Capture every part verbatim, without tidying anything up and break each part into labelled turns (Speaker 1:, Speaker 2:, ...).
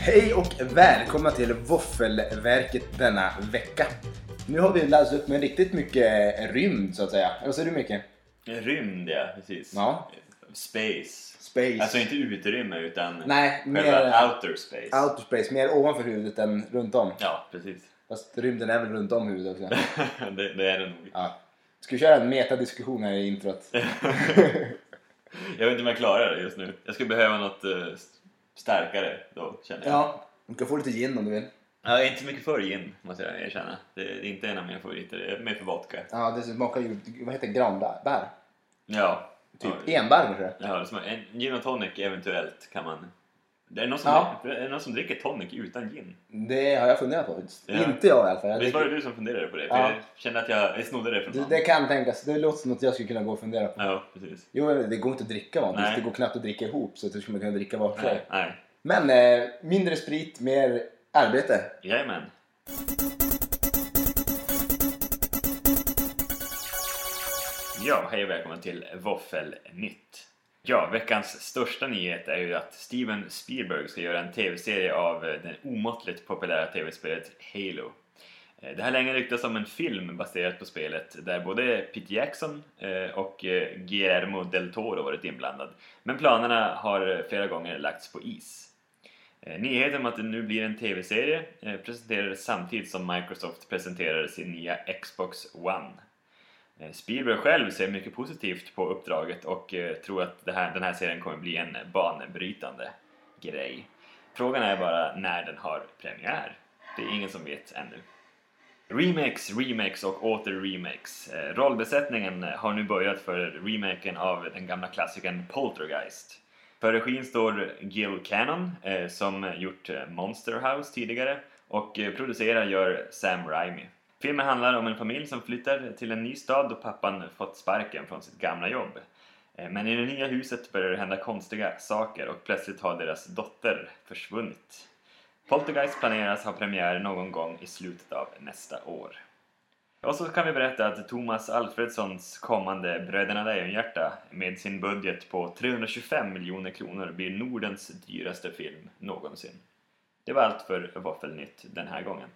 Speaker 1: Hej och välkomna till Våffelverket denna vecka. Nu har vi laddat upp med riktigt mycket rymd så att säga. Vad säger du mycket?
Speaker 2: Rymd, ja, precis.
Speaker 1: Ja.
Speaker 2: Space.
Speaker 1: Space.
Speaker 2: Alltså inte utrymme utan
Speaker 1: Nej,
Speaker 2: själva
Speaker 1: mer
Speaker 2: outer space.
Speaker 1: outer space, mer ovanför huvudet än runt om.
Speaker 2: Ja, precis.
Speaker 1: Fast rymden är väl runt om huvudet också.
Speaker 2: det, det är det nog.
Speaker 1: Ja. Ska vi köra en metadiskussion här i introt?
Speaker 2: Jag vet inte om jag klarar det just nu. Jag skulle behöva något uh, starkare då, känner jag.
Speaker 1: Ja, du kan få lite gin om du vill.
Speaker 2: Ja, jag är inte så mycket för gin, måste jag erkänna. Det är inte en av mina favoriter, det är mer för vodka.
Speaker 1: Ja, det smakar ju, vad heter det, granbär?
Speaker 2: Ja.
Speaker 1: Typ
Speaker 2: ja.
Speaker 1: enbär kanske?
Speaker 2: Ja, det smakar, en gin och tonic eventuellt kan man... Det är någon som,
Speaker 1: Ja.
Speaker 2: är det någon som dricker tonic utan gin?
Speaker 1: Det har jag funderat på faktiskt.
Speaker 2: Ja.
Speaker 1: Inte jag i alla fall. Jag
Speaker 2: Visst var
Speaker 1: dricker-
Speaker 2: det du som funderade på det? För
Speaker 1: Ja.
Speaker 2: jag kände att jag, jag snodde det från
Speaker 1: det,
Speaker 2: någon.
Speaker 1: det kan tänkas, det låter som att jag skulle kunna gå och fundera på.
Speaker 2: Ja, precis.
Speaker 1: Jo, det går inte att dricka vanligt.
Speaker 2: Nej.
Speaker 1: Det går knappt att dricka ihop, så att du skulle kunna dricka var för sig.
Speaker 2: Nej, nej.
Speaker 1: Men eh, mindre sprit, mer arbete.
Speaker 2: Jajamän. Ja, hej och välkommen till Våffelnytt. Ja, veckans största nyhet är ju att Steven Spielberg ska göra en tv-serie av det omåttligt populära tv-spelet Halo. Det har länge ryktats om en film baserad på spelet där både Peter Jackson och Guillermo del Toro varit inblandad. Men planerna har flera gånger lagts på is. Nyheten om att det nu blir en tv-serie presenterades samtidigt som Microsoft presenterade sin nya Xbox One. Spielberg själv ser mycket positivt på uppdraget och tror att det här, den här serien kommer bli en banbrytande grej. Frågan är bara när den har premiär. Det är ingen som vet ännu. Remakes, remakes och åter remakes. Rollbesättningen har nu börjat för remaken av den gamla klassikern Poltergeist. För regin står Gil Cannon eh, som gjort Monster House tidigare och eh, producerar gör Sam Raimi. Filmen handlar om en familj som flyttar till en ny stad då pappan fått sparken från sitt gamla jobb. Eh, men i det nya huset börjar det hända konstiga saker och plötsligt har deras dotter försvunnit. Poltergeist planeras ha premiär någon gång i slutet av nästa år. Och så kan vi berätta att Thomas Alfredssons kommande Bröderna Lejonhjärta med sin budget på trehundratjugofem miljoner kronor blir Nordens dyraste film någonsin. Det var allt för Våffelnytt den här gången.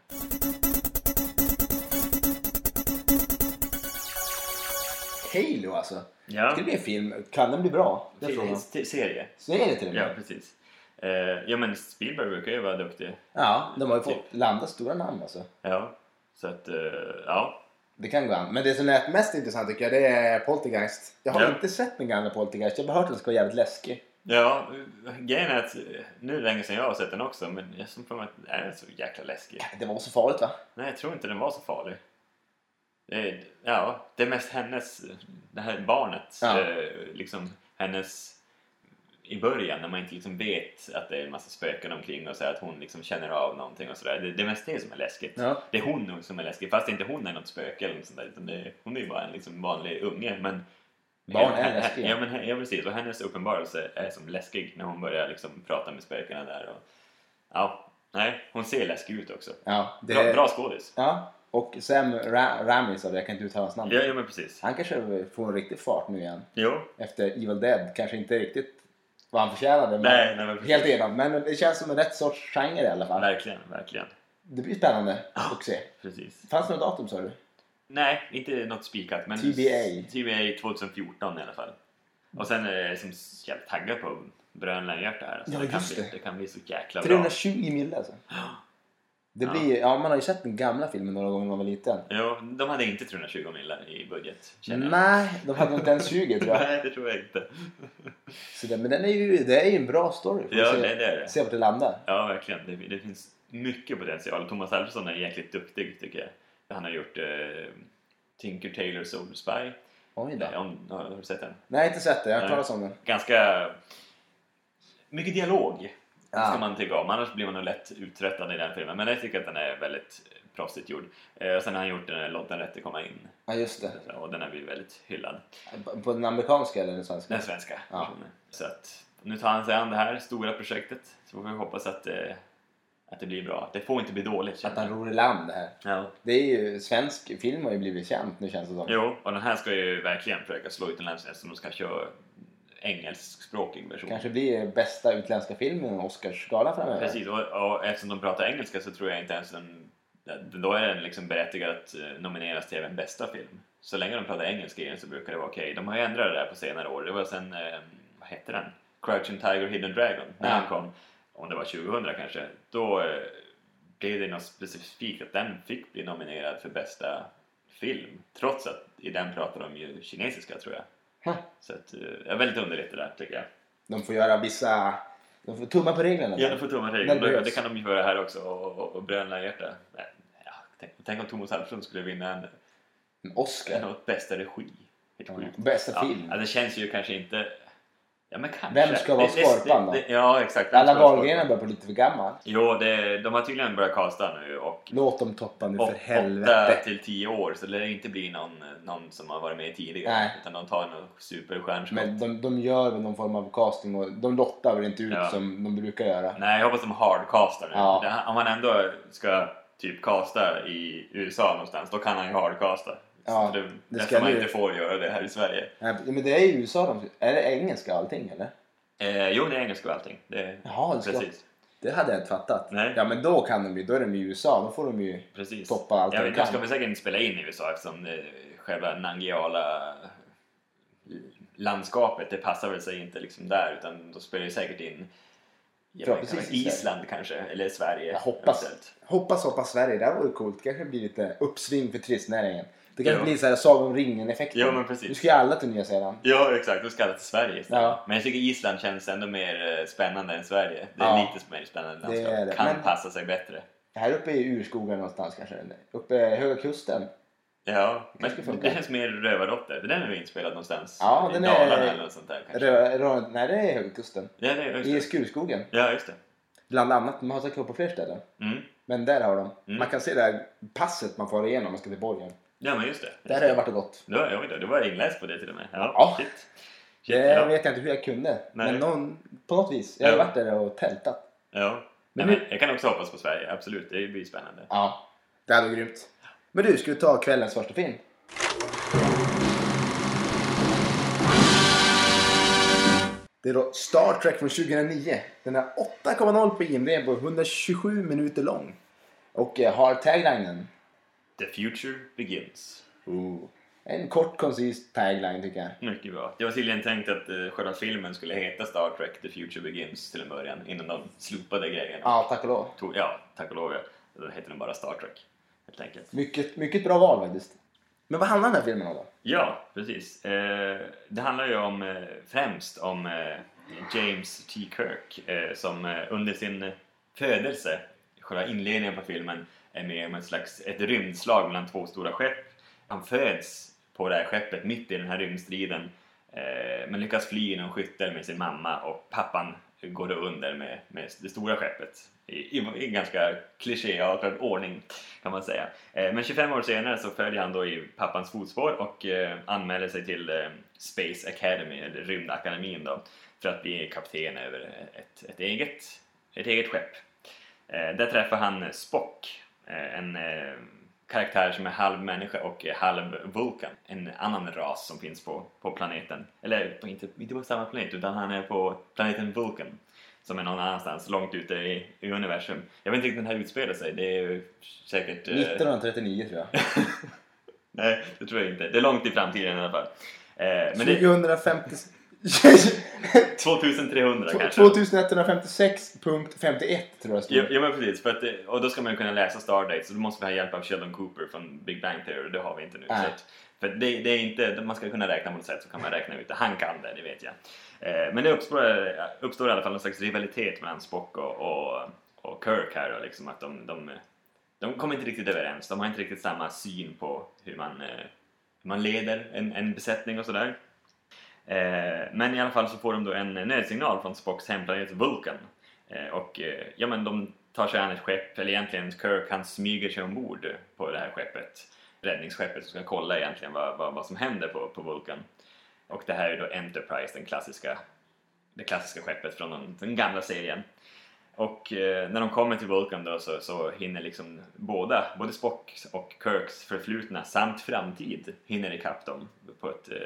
Speaker 1: Halo alltså.
Speaker 2: Ja,
Speaker 1: Ska det bli en film? Kan den bli bra? Det är frågan.
Speaker 2: T- serie.
Speaker 1: Så är det till och med.
Speaker 2: Ja, precis. Eh, ja, men Spielberg brukar ju vara duktig.
Speaker 1: Ja, de har ju fått landa stora namn alltså.
Speaker 2: Ja, så att, eh, ja.
Speaker 1: Det kan gå an. Men det som är mest intressant tycker jag, det är Poltergeist. Jag har
Speaker 2: Ja.
Speaker 1: inte sett den gamla Poltergeist. Jag har bara hört att den ska vara jävligt läskig.
Speaker 2: Ja, grejen är att nu är det länge sedan jag har sett den också, men jag som för mig att är den så jäkla läskig.
Speaker 1: Det var så farligt va?
Speaker 2: Nej, jag tror inte den var så farlig. Det är, ja, det är mest hennes, det här barnet,
Speaker 1: Ja.
Speaker 2: eh, liksom hennes i början när man inte liksom vet att det är en massa spöken omkring och så att hon liksom känner av någonting och sådär. Det, det är mest det som är läskigt.
Speaker 1: Ja.
Speaker 2: Det är hon som är läskig, fast inte hon är något spöke eller något sånt där, utan det, hon är ju bara en liksom vanlig unge, men
Speaker 1: Barn är
Speaker 2: hen-
Speaker 1: läskiga.
Speaker 2: Ja, men ja, precis. Och hennes uppenbarelse är som läskig när hon börjar liksom prata med spökena där. Och, ja, nej, hon ser läskig ut också.
Speaker 1: Ja, det...
Speaker 2: Bra, bra skådis.
Speaker 1: Ja, och Sam Ra- Raimi sa det, jag kan inte uttala hans namn.
Speaker 2: Ja, ja, men precis.
Speaker 1: Han kanske får en riktig fart nu igen.
Speaker 2: Jo.
Speaker 1: Efter Evil Dead. Kanske inte riktigt vad han förtjänade. Men
Speaker 2: Nej, nej, men precis.
Speaker 1: helt redan. Men det känns som en rätt sorts genre i alla fall.
Speaker 2: Verkligen, verkligen.
Speaker 1: Det blir spännande att se.
Speaker 2: Precis.
Speaker 1: Fanns det något datum sa du?
Speaker 2: Nej, inte något spikat, men
Speaker 1: T B A.
Speaker 2: T B A tjugohundrafjorton i alla fall. Och sen är jag som jävligt taggad på Bröderna Lejonhjärta här. Så
Speaker 1: Ja,
Speaker 2: det, kan
Speaker 1: just
Speaker 2: bli,
Speaker 1: det.
Speaker 2: det kan bli så jäkla bra.
Speaker 1: trehundratjugo mille alltså. Det
Speaker 2: Ja.
Speaker 1: blir, ja, man har ju sett den gamla filmen några gånger när man var liten.
Speaker 2: Jo, de hade inte trehundratjugo millar i budget, känner jag.
Speaker 1: Nej, de hade inte ens tjugo tror jag.
Speaker 2: Nej, det tror jag inte.
Speaker 1: Så det, men den är ju, det är ju en bra story. Får vi
Speaker 2: Ja,
Speaker 1: se,
Speaker 2: det, det är det.
Speaker 1: se vart det landar.
Speaker 2: Ja, verkligen. Det, det finns mycket potential. Thomas Alfredsson är jäkligt duktig, tycker jag. Han har gjort eh, Tinker Tailor Soldier Spy.
Speaker 1: Oj då.
Speaker 2: Eh, om, har du sett den?
Speaker 1: Nej, inte sett det. Jag har
Speaker 2: Nej.
Speaker 1: talat om den.
Speaker 2: Ganska mycket dialog
Speaker 1: Ja.
Speaker 2: ska man tycka om. Annars blir man nog lätt uttröttad i den filmen. Men jag tycker att den är väldigt proffsigt gjord. Eh, och sen har han gjort den Låt den rätte komma in.
Speaker 1: Ja, just det.
Speaker 2: Och den har blivit väldigt hyllad.
Speaker 1: På- På den amerikanska eller den svenska?
Speaker 2: Den svenska
Speaker 1: Ja.
Speaker 2: versionen. Så att nu tar han sig an det här stora projektet. Så får vi hoppas att, eh, att det blir bra. Det får inte bli dåligt.
Speaker 1: Att
Speaker 2: känner
Speaker 1: han
Speaker 2: jag.
Speaker 1: ror i land det här.
Speaker 2: Ja.
Speaker 1: Det är ju, svensk film har ju blivit känt nu känns det som.
Speaker 2: Jo, och den här ska ju verkligen försöka slå utomlands eftersom de ska köra engelskspråkig version.
Speaker 1: Kanske blir bästa utländska filmen och Oscarsgala framöver.
Speaker 2: Precis, och, och eftersom de pratar engelska så tror jag inte ens den, då är den liksom berättigad att nomineras till även bästa film. Så länge de pratar engelska igen så brukar det vara okej. Okay. De har ju ändrat det där på senare år. Det var sen, eh, vad heter den? Crouching Tiger, Hidden Dragon. När
Speaker 1: ja.
Speaker 2: den kom, om det var tjugohundra kanske. Då eh, blev det något specifikt att den fick bli nominerad för bästa film. Trots att i den pratar de ju kinesiska tror jag.
Speaker 1: Huh.
Speaker 2: Så att, eh, det är väldigt underligt det där tycker jag.
Speaker 1: De får göra vissa... De får tumma på reglerna.
Speaker 2: Ja, de får tumma på reglerna. Det, det kan de ju göra här också. Och, och, och Bröderna Hjärta. Ja, tänk, tänk om Thomas Alfredson skulle vinna en...
Speaker 1: En Oscar?
Speaker 2: Något bästa regi. Helt
Speaker 1: ja,
Speaker 2: sjukt.
Speaker 1: Bästa
Speaker 2: ja,
Speaker 1: film.
Speaker 2: Ja, det känns ju kanske inte... Ja, men kanske.
Speaker 1: Vem ska vara Skorpan då?
Speaker 2: Det, det, ja, exakt.
Speaker 1: Alla Wahlgren börjar på lite för gammal.
Speaker 2: Jo, det, de har tydligen börjat kasta nu. Och
Speaker 1: låt dem toppa nu för helvete.
Speaker 2: åtta till tio år så lär det inte bli någon, någon som har varit med tidigare.
Speaker 1: Nej.
Speaker 2: Utan de tar någon superstjärnskott.
Speaker 1: Men de, de gör väl någon form av casting och de lottar väl inte ut
Speaker 2: ja.
Speaker 1: som de brukar göra.
Speaker 2: Nej, jag hoppas de hardcastar nu.
Speaker 1: Ja.
Speaker 2: Om man ändå ska typ casta i U S A någonstans, då kan han ju hardcasta.
Speaker 1: Ja,
Speaker 2: det,
Speaker 1: det
Speaker 2: ska
Speaker 1: ska
Speaker 2: man
Speaker 1: du...
Speaker 2: inte får göra det här i Sverige.
Speaker 1: Nej, men det är ju U S A de... Är det engelska allting eller?
Speaker 2: Eh, jo, det är engelska och allting. Det,
Speaker 1: Jaha, det ska...
Speaker 2: precis.
Speaker 1: Det hade jag inte fattat.
Speaker 2: Nej.
Speaker 1: Ja, men då kan de ju, då är de i U S A, då får de ju
Speaker 2: precis.
Speaker 1: toppa allt
Speaker 2: ja,
Speaker 1: de
Speaker 2: de
Speaker 1: kan.
Speaker 2: ska väl säkert inte spela in i U S A eftersom det, själva Nangiala landskapet, det passar väl sig inte liksom där, utan då spelar ju säkert in ja,
Speaker 1: precis,
Speaker 2: Island kanske, eller Sverige.
Speaker 1: Jag hoppas,
Speaker 2: eventuellt.
Speaker 1: hoppas, hoppas Sverige, det här var ju coolt. Det kanske blir lite uppsving för turistnäringen. Det kanske
Speaker 2: ja.
Speaker 1: blir så här Sagan om ringen-effekten.
Speaker 2: Ja, men precis.
Speaker 1: Nu ska ju alla till Nya Zeeland.
Speaker 2: Ja, exakt. Då ska alla till Sverige istället.
Speaker 1: Ja.
Speaker 2: Men jag tycker Island känns ändå mer spännande än Sverige. Det är
Speaker 1: Ja.
Speaker 2: lite mer spännande.
Speaker 1: Det är det.
Speaker 2: Kan
Speaker 1: Men...
Speaker 2: passa sig bättre.
Speaker 1: Här uppe i urskogen någonstans kanske. Uppe i Höga Kusten.
Speaker 2: Ja, men
Speaker 1: det,
Speaker 2: det känns mer Rövardotter. Den är ju inspelad någonstans.
Speaker 1: Ja,
Speaker 2: i
Speaker 1: den
Speaker 2: Dalarna
Speaker 1: är...
Speaker 2: eller något sånt där kanske.
Speaker 1: Rö... Rö... Nej, det är Höga Kusten.
Speaker 2: Ja, det är just
Speaker 1: I
Speaker 2: det.
Speaker 1: Skurskogen.
Speaker 2: Ja, just det.
Speaker 1: Bland annat, de har säkert på fler ställen.
Speaker 2: Mm.
Speaker 1: Men där har de.
Speaker 2: Mm.
Speaker 1: Man kan se det här passet man får igenom om man ska till borgen.
Speaker 2: Ja, men just det. Just
Speaker 1: där har jag varit och gått.
Speaker 2: Ja, jag vet det. Du var inläst på det till och med. Ja,
Speaker 1: ja.
Speaker 2: shit.
Speaker 1: shit det ja. vet jag inte hur jag kunde. Nej. Men någon, på något vis. Jag har
Speaker 2: ja.
Speaker 1: varit där och tältat.
Speaker 2: Ja. Men,
Speaker 1: men
Speaker 2: nu... Jag kan också hoppas på Sverige. Absolut, det blir spännande.
Speaker 1: Ja, det hade varit grymt. Men du, ska vi ta kvällens första film? Det är då Star Trek från tjugohundranio. Den är åtta komma noll på I M D B på hundratjugosju minuter lång. Och eh, har taglinen
Speaker 2: The future begins.
Speaker 1: Ooh. En kort, koncis tagline tycker jag.
Speaker 2: Mycket bra. Det var tydligen tänkt att uh, själva filmen skulle heta Star Trek The Future Begins till en början. Innan de slopade grejen.
Speaker 1: Ja, tack och lov.
Speaker 2: Tog, ja, tack och lov. Ja. Då heter den bara Star Trek. Helt enkelt.
Speaker 1: Mycket, mycket bra val faktiskt. Men vad handlar den här filmen om då?
Speaker 2: Ja, precis. Eh, det handlar ju om eh, främst om eh, James T. Kirk eh, som eh, under sin födelse, själva inledningen på filmen, är med om ett slags ett rymdslag mellan två stora skepp. Han föds på det här skeppet mitt i den här rymdstriden eh, men lyckas fly inom skyttel med sin mamma, och pappan går då under med, med det stora skeppet i, i, i ganska klichéartad ordning kan man säga. Eh, men tjugofem år senare så följer han då i pappans fotspår och eh, anmäler sig till eh, Space Academy, eller rymdakademin då, för att bli kapten över ett, ett, eget, ett eget skepp. Eh, där träffar han Spock, eh, en eh, karaktär som är halv människa och halv vulkan. En annan ras som finns på, på planeten. Eller inte, inte på samma planet, utan han är på planeten Vulcan. Som är någon annanstans, långt ute i, i universum. Jag vet inte riktigt när den här utspelar sig. Det är ju säkert...
Speaker 1: nittonhundratrettionio tror jag.
Speaker 2: Nej, det tror jag inte. Det är långt i framtiden i alla fall. Eh, men
Speaker 1: tjugohundrafemtio...
Speaker 2: tjugotrehundra kanske.
Speaker 1: tjugoetthundrafemtiosex punkt femtioett tror jag stod.
Speaker 2: Ja, ja men precis, för att, och då ska man kunna läsa Stardate, så då måste vi ha hjälp av Sheldon Cooper från Big Bang Theory, och det har vi inte nu. Så att, för det, det är inte, man ska kunna räkna på något sätt, så kan man räkna ut det. Han kan det, det vet jag. Eh, men det uppstår, uppstår i alla fall någon slags rivalitet mellan Spock och, och, och Kirk här då, liksom att de, de, de kommer inte riktigt överens. De har inte riktigt samma syn på hur man, hur man leder en, en besättning och sådär. Eh, men i alla fall så får de då en nödsignal från Spocks hemplanet Vulcan. Eh, och eh, ja men de tar sig an ett skepp, eller egentligen Kirk han smyger sig ombord på det här skeppet. Räddningsskeppet, som ska kolla egentligen vad, vad, vad som händer på, på Vulcan. Och det här är då Enterprise, den klassiska, det klassiska skeppet från den, den gamla serien. Och eh, när de kommer till Vulcan då så, så hinner liksom båda, både Spock och Kirks förflutna samt framtid hinner ikapp dem på ett, eh,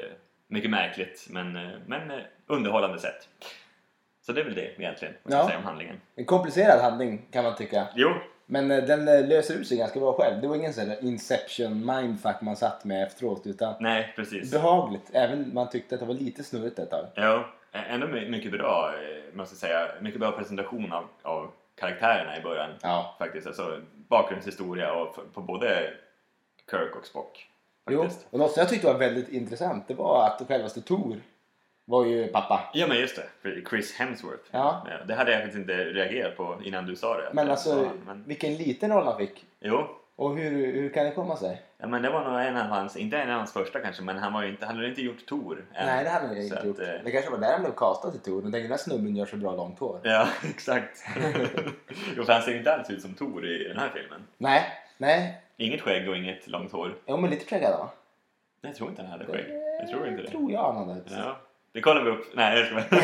Speaker 2: mycket märkligt, men, eh, men eh, underhållande sätt. Så det är väl det egentligen, vad ska
Speaker 1: Ja.
Speaker 2: jag säga om handlingen.
Speaker 1: En komplicerad handling kan man tycka.
Speaker 2: Jo,
Speaker 1: Men eh, den eh, löser ut sig ganska bra själv. Det var ingen sån där Inception mindfuck man satt med efteråt, utan
Speaker 2: nej, precis.
Speaker 1: behagligt. Även man tyckte att det var lite snurrigt ett tag.
Speaker 2: Ja, ändå my- mycket bra, eh, måste jag säga. Mycket bra presentation av, av karaktärerna i början.
Speaker 1: Ja.
Speaker 2: Faktiskt, alltså bakgrundshistoria och f- på både Kirk och Spock.
Speaker 1: Jo,
Speaker 2: Faktiskt.
Speaker 1: och något som jag tyckte var väldigt intressant, det var att självaste Thor var ju pappa.
Speaker 2: Ja, men just det. Chris Hemsworth.
Speaker 1: Ja.
Speaker 2: Det hade jag faktiskt inte reagerat på innan du sa det.
Speaker 1: Men
Speaker 2: Det
Speaker 1: alltså,
Speaker 2: var han, men...
Speaker 1: vilken liten roll han fick.
Speaker 2: Jo,
Speaker 1: Och hur, hur kan det komma sig?
Speaker 2: ja, men det var nog en av hans, inte en av hans första kanske, men han var ju inte, han hade inte gjort Thor än.
Speaker 1: Nej, det hade han ju
Speaker 2: Så
Speaker 1: inte
Speaker 2: att,
Speaker 1: gjort.
Speaker 2: eh,
Speaker 1: Det kanske var där han blev castad till Thor. Men tänkte, den här snubben gör så bra långt hår.
Speaker 2: Ja, exakt. Jo, för han ser inte alls ut som Thor i den här filmen.
Speaker 1: Nej, nej.
Speaker 2: Inget skägg och inget långt hår.
Speaker 1: Jo, men lite träggad va?
Speaker 2: Jag tror inte han hade skägg. Jag tror inte det.
Speaker 1: tror jag han hade.
Speaker 2: Ja, det kollar vi upp. Nej, jag ska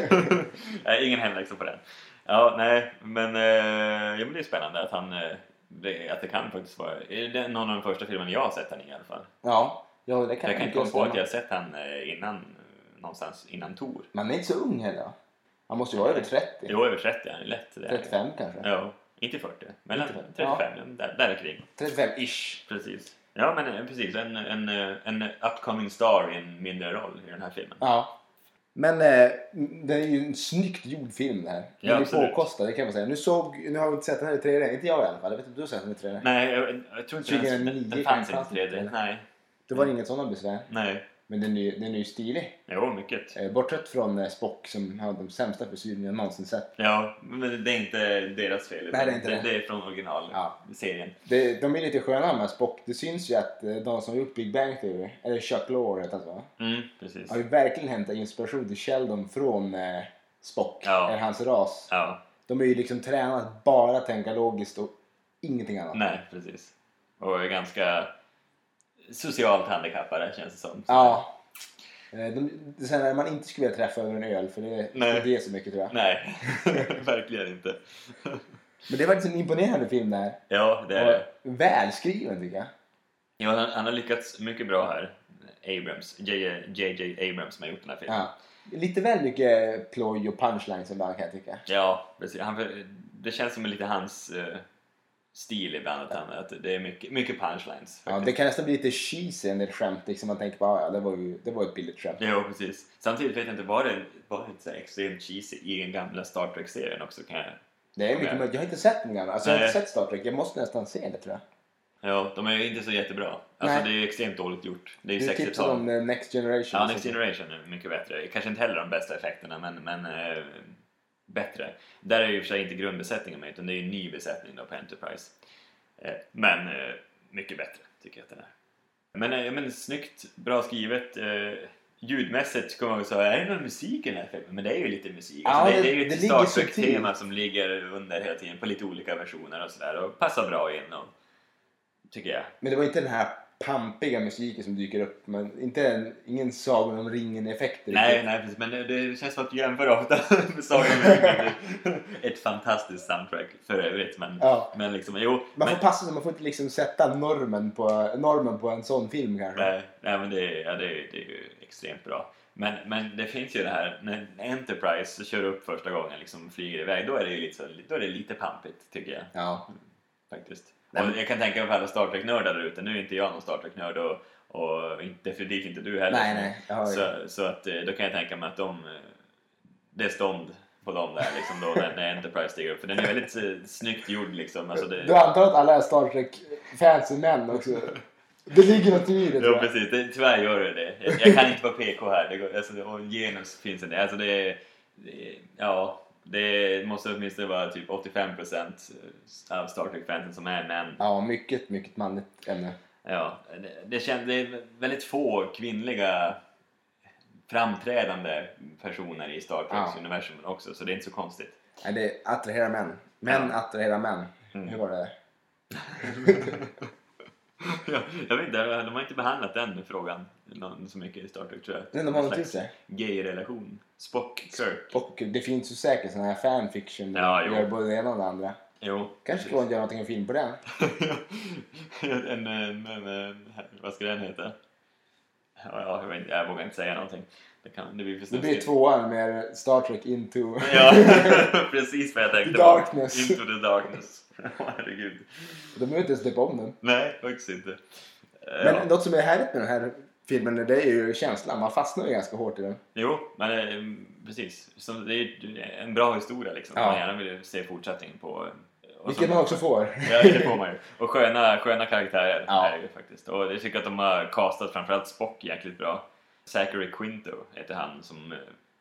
Speaker 2: Nej, ingen hemläxa på den. Ja, nej, men, eh, ja, men det är spännande att han, eh, det, att det kan faktiskt vara, är det någon av de första filmerna jag har sett han i alla fall.
Speaker 1: Ja, ja det kan
Speaker 2: Jag kan
Speaker 1: mycket
Speaker 2: inte komma på att
Speaker 1: stämma.
Speaker 2: jag har sett han eh, innan, eh, någonstans innan Thor.
Speaker 1: Man är inte så ung heller. Han måste ju vara över trettio.
Speaker 2: Jo, över trettio, han är lätt. Det är.
Speaker 1: trettiofem kanske.
Speaker 2: Ja, inte fyrtio, mellan
Speaker 1: Inte fyrtio,
Speaker 2: trettiofem, ja. där, där kring.
Speaker 1: trettiofem-ish.
Speaker 2: Precis. Ja, men eh, precis. En, en, eh, en upcoming star i en mindre roll i den här filmen.
Speaker 1: Ja. Men eh, det är ju en snyggt gjord film det här. Den
Speaker 2: Ja,
Speaker 1: är
Speaker 2: absolut.
Speaker 1: påkostad, det kan man säga. Nu, såg, nu har vi inte sett den här i tre D. Inte jag i alla fall. Jag vet inte om du har sett den i tre D.
Speaker 2: Nej, jag, jag tror inte den,
Speaker 1: tjugohundranio
Speaker 2: den fanns inte
Speaker 1: fanns
Speaker 2: i tre D.
Speaker 1: inte.
Speaker 2: Nej,
Speaker 1: Det var inget sådana besvär.
Speaker 2: nej.
Speaker 1: Men den är, den är ju stilig.
Speaker 2: Jo, mycket.
Speaker 1: Eh, bortsett från eh, Spock som har de sämsta frisyrerna jag någonsin sett.
Speaker 2: Ja, men det är inte deras fel.
Speaker 1: Nej, det är inte
Speaker 2: det.
Speaker 1: det.
Speaker 2: Det är från originalserien.
Speaker 1: Ja. Det, de är lite sköna med Spock. Det syns ju att eh, de som har gjort Big Bang Theory, eller Chuck Lorre heter han så, va?
Speaker 2: Mm, precis.
Speaker 1: Har ju verkligen hämtat inspiration till Sheldon från eh, Spock.
Speaker 2: Ja.
Speaker 1: Eller hans ras.
Speaker 2: Ja,
Speaker 1: De är ju liksom tränat att bara tänka logiskt och ingenting annat.
Speaker 2: nej, precis. Och är ganska socialt handikappade, känns det som.
Speaker 1: Ja. Eh, De, det är så här när man inte skulle vilja träffa över en öl, för det,
Speaker 2: Nej.
Speaker 1: det är så mycket tror jag.
Speaker 2: Nej, verkligen inte.
Speaker 1: Men det var faktiskt en imponerande film där.
Speaker 2: Ja, det är det.
Speaker 1: Och välskriven tycker jag.
Speaker 2: Ja, han, han har lyckats mycket bra här. Abrams, J J Abrams som har gjort den här filmen.
Speaker 1: Ja. Lite väl mycket ploj och punchlines ibland kan jag tycka.
Speaker 2: Ja, precis. Han, det känns som lite hans eh, stil ibland. Att, han, att det är mycket, mycket punchlines.
Speaker 1: Ja, det kan nästan bli lite cheesy en del skämt. Liksom man tänker bara, ja, det var ju det var ett billigt skämt.
Speaker 2: Ja, precis. Samtidigt vet jag inte, var det, var det inte så extremt cheesy i den gamla Star Trek-serien också? Kan jag...
Speaker 1: Det är mycket
Speaker 2: Ja.
Speaker 1: möjligt. Jag har inte sett den gamla. Alltså, jag har inte
Speaker 2: Nej.
Speaker 1: sett Star Trek. Jag måste nästan se det tror jag.
Speaker 2: Ja, de är ju inte så jättebra. Alltså
Speaker 1: Nej.
Speaker 2: det är ju extremt dåligt gjort. Det är ju
Speaker 1: Du tipsade
Speaker 2: sextiotal.
Speaker 1: om eh, Next Generation.
Speaker 2: Ja, Next Generation är mycket bättre. Kanske inte heller de bästa effekterna, men, men eh, bättre. Där är ju i och för sig inte grundbesättningen med, utan det är ju en ny besättning då på Enterprise. Eh, men eh, mycket bättre, tycker jag att den är. Men, eh, men snyggt, bra skrivet. Eh, ljudmässigt kommer man säga, är det någon musik i den här filmen? Men det är ju lite musik.
Speaker 1: Ja,
Speaker 2: Alltså, det,
Speaker 1: det-
Speaker 2: det är ju
Speaker 1: det
Speaker 2: ett
Speaker 1: ligger
Speaker 2: Star Trek-tema
Speaker 1: subtilt.
Speaker 2: som ligger under hela tiden på lite olika versioner och sådär. Och passar bra in, och, tycker jag.
Speaker 1: Men det var inte den här pampiga musiken som dyker upp. Men inte en, ingen Sagan om ringen-effekter.
Speaker 2: Nej,
Speaker 1: riktigt.
Speaker 2: nej, precis. Men det, det känns som att du jämför ofta med Sagan om ringen. Ett fantastiskt soundtrack för övrigt. Men,
Speaker 1: Ja.
Speaker 2: men liksom, jo.
Speaker 1: Man får
Speaker 2: men,
Speaker 1: passa sig, man får inte liksom sätta normen på, normen på en sån film kanske.
Speaker 2: nej, nej, men det, är- ja, det, är- det är ju extremt bra. Men, men det finns ju det här, när Enterprise kör upp första gången, liksom flyger iväg, då är det ju lite, så, då är det lite pampigt, tycker jag.
Speaker 1: Ja.
Speaker 2: Faktiskt.
Speaker 1: Nej,
Speaker 2: Och
Speaker 1: men-
Speaker 2: jag kan tänka mig för alla Star Trek-nördar där ute. Nu är inte jag någon Star Trek-nörd och, och inte- definitivt inte du heller.
Speaker 1: Nej, nej. Jag har ju-
Speaker 2: Så, så att, eh, då kan jag tänka mig att de, eh, det är stånd på dem där liksom då när, när Enterprise stiger upp. För den är väldigt eh, snyggt gjord liksom. Alltså det,
Speaker 1: Du antar att alla är Star Trek-fans är män också. Det ligger något i det tror
Speaker 2: Jo,
Speaker 1: jag.
Speaker 2: precis. Det, tyvärr gör det det. Jag, jag kan inte vara P K här. Det går, alltså, och genus finns inte. Alltså det, är- det ja, det måste åtminstone vara typ åttiofem procent av Star Trek-fansen som är män.
Speaker 1: Ja, mycket, mycket manligt ämne.
Speaker 2: Ja, det, det, känns, det är väldigt få kvinnliga framträdande personer i Star Treks
Speaker 1: Ja.
Speaker 2: universum också, så det är inte så konstigt.
Speaker 1: Nej, det attraherar män. Män
Speaker 2: Ja.
Speaker 1: attraherar män.
Speaker 2: Mm.
Speaker 1: Hur var det?
Speaker 2: Ja, jag vet inte, de har inte behandlat den frågan någon, så mycket i Star Trek, tror jag.
Speaker 1: Nej, de har
Speaker 2: En
Speaker 1: något till
Speaker 2: slags
Speaker 1: sig.
Speaker 2: gay-relation. Spock-Kirk.
Speaker 1: Och det finns ju säkert sån här fanfiction där
Speaker 2: Ja,
Speaker 1: de
Speaker 2: jo.
Speaker 1: gör både det ena och det andra.
Speaker 2: Jo.
Speaker 1: Kanske ska man göra någonting en film på den.
Speaker 2: en, en, en, en, vad ska den heta? Ja, jag, vet inte, jag vågar inte säga någonting. Det, kan, det, blir,
Speaker 1: det blir tvåan med Star Trek Into.
Speaker 2: Ja, precis vad jag tänkte.
Speaker 1: The Darkness.
Speaker 2: Into the Darkness. Herregud.
Speaker 1: De behöver inte ens döpa om den.
Speaker 2: Nej, faktiskt inte.
Speaker 1: Men
Speaker 2: ja.
Speaker 1: något som är härligt med den här filmen, det är ju känslan. Man fastnar ju ganska hårt i den.
Speaker 2: Jo, men eh, precis. Så det är en bra historia liksom. Ja. Man gärna vill se fortsättningen på.
Speaker 1: Vilket man också får.
Speaker 2: Ja, det får man ju. Och sköna, sköna karaktärer
Speaker 1: ja.
Speaker 2: är det ju faktiskt. Och jag tycker att de har castat framförallt Spock jäkligt bra. Zachary Quinto heter han som eh,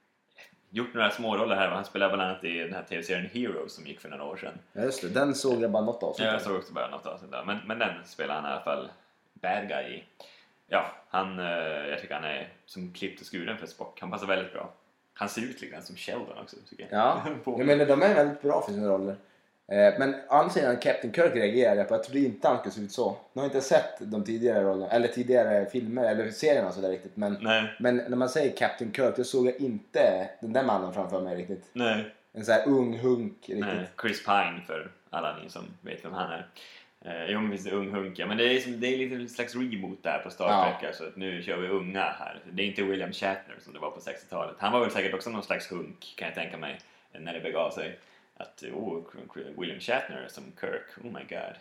Speaker 2: gjort några små roller här. Han spelar bland annat i den här tv-serien Heroes som gick för några år sedan.
Speaker 1: Ja, just det. Den såg jag bara något avsnitt.
Speaker 2: Ja, jag såg också bara något avsnitt där. Men, men den spelar han i alla fall bad guy i. Ja, han, eh, jag tycker han är som klippt och skuren för Spock. Han passar väldigt bra. Han ser ut lite som Sheldon också, tycker jag.
Speaker 1: Ja, jag menar, de är väldigt bra för sina roller. Eh, men ansidan Captain Kirk reagerar jag på. Jag trodde inte han skulle se ut så. Nu har inte sett de tidigare rollerna, eller tidigare filmer, eller serierna så där riktigt. Men,
Speaker 2: Nej.
Speaker 1: men när man säger Captain Kirk, då såg jag inte den där mannen framför mig riktigt.
Speaker 2: Nej.
Speaker 1: En sån här ung hunk riktigt.
Speaker 2: Nej, Chris Pine för alla ni som vet vem han är. Eh, jo, men finns det ung hunk, ja. Men det är, som, det är lite en slags reboot där på Star Trek. Ja. Alltså, att nu kör vi unga här. Det är inte William Shatner som det var på sextiotalet. Han var väl säkert också någon slags hunk, kan jag tänka mig, när det begav sig. Att, oh, William Shatner som Kirk, oh my god.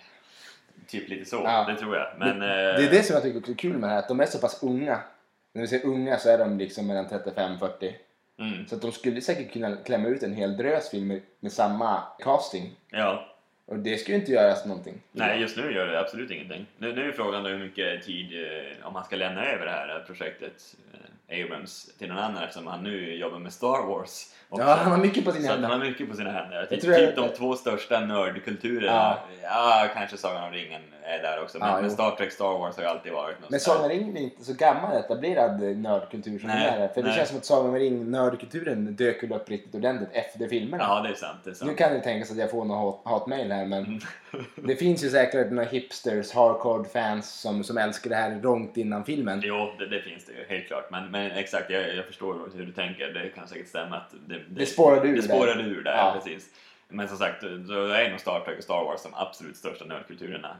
Speaker 2: Typ lite så, ja. Det tror jag. Men,
Speaker 1: det, det är det som jag tycker är kul med det här, att de är så pass unga. När vi säger unga så är de liksom mellan trettiofem och fyrtio. Mm. Så att de skulle säkert kunna klämma ut en hel drös film med, med samma casting.
Speaker 2: Ja.
Speaker 1: Och det skulle inte göras någonting.
Speaker 2: Nej, just nu gör det absolut ingenting. Nu, nu är frågan då hur mycket tid, eh, om han ska lämna över det här projektet, eh, Abrams, till någon annan, eftersom han nu jobbar med Star Wars.
Speaker 1: Också. Ja, han har mycket på sina
Speaker 2: så
Speaker 1: händer.
Speaker 2: Han har mycket på sina händer. Typ,
Speaker 1: jag...
Speaker 2: typ de två största nördkulturerna. Ja, ja kanske Sagan om ringen är där också. Men, ja, men Star Trek, Star Wars har ju alltid varit något.
Speaker 1: Men Sagan om ringen är inte så gammal etablerad nördkultur som nej, det är. För nej. Det känns som att Sagan om ringen, nördkulturen dök upp riktigt ordentligt efter filmerna.
Speaker 2: Ja, det är sant. Det är sant.
Speaker 1: Nu kan det tänkas att jag får någon hat, hatmail här, men det finns ju säkert några hipsters, hardcore-fans som, som älskar det här långt innan filmen.
Speaker 2: Jo, det, det finns det ju, helt klart. Men, men exakt, jag, jag förstår hur du tänker. Det kan säkert stämma att det, det,
Speaker 1: det spårade ur
Speaker 2: det spårade
Speaker 1: där.
Speaker 2: Ur där ja. Precis. Men som sagt, då är nog Star Trek och Star Wars de absolut största nördkulturerna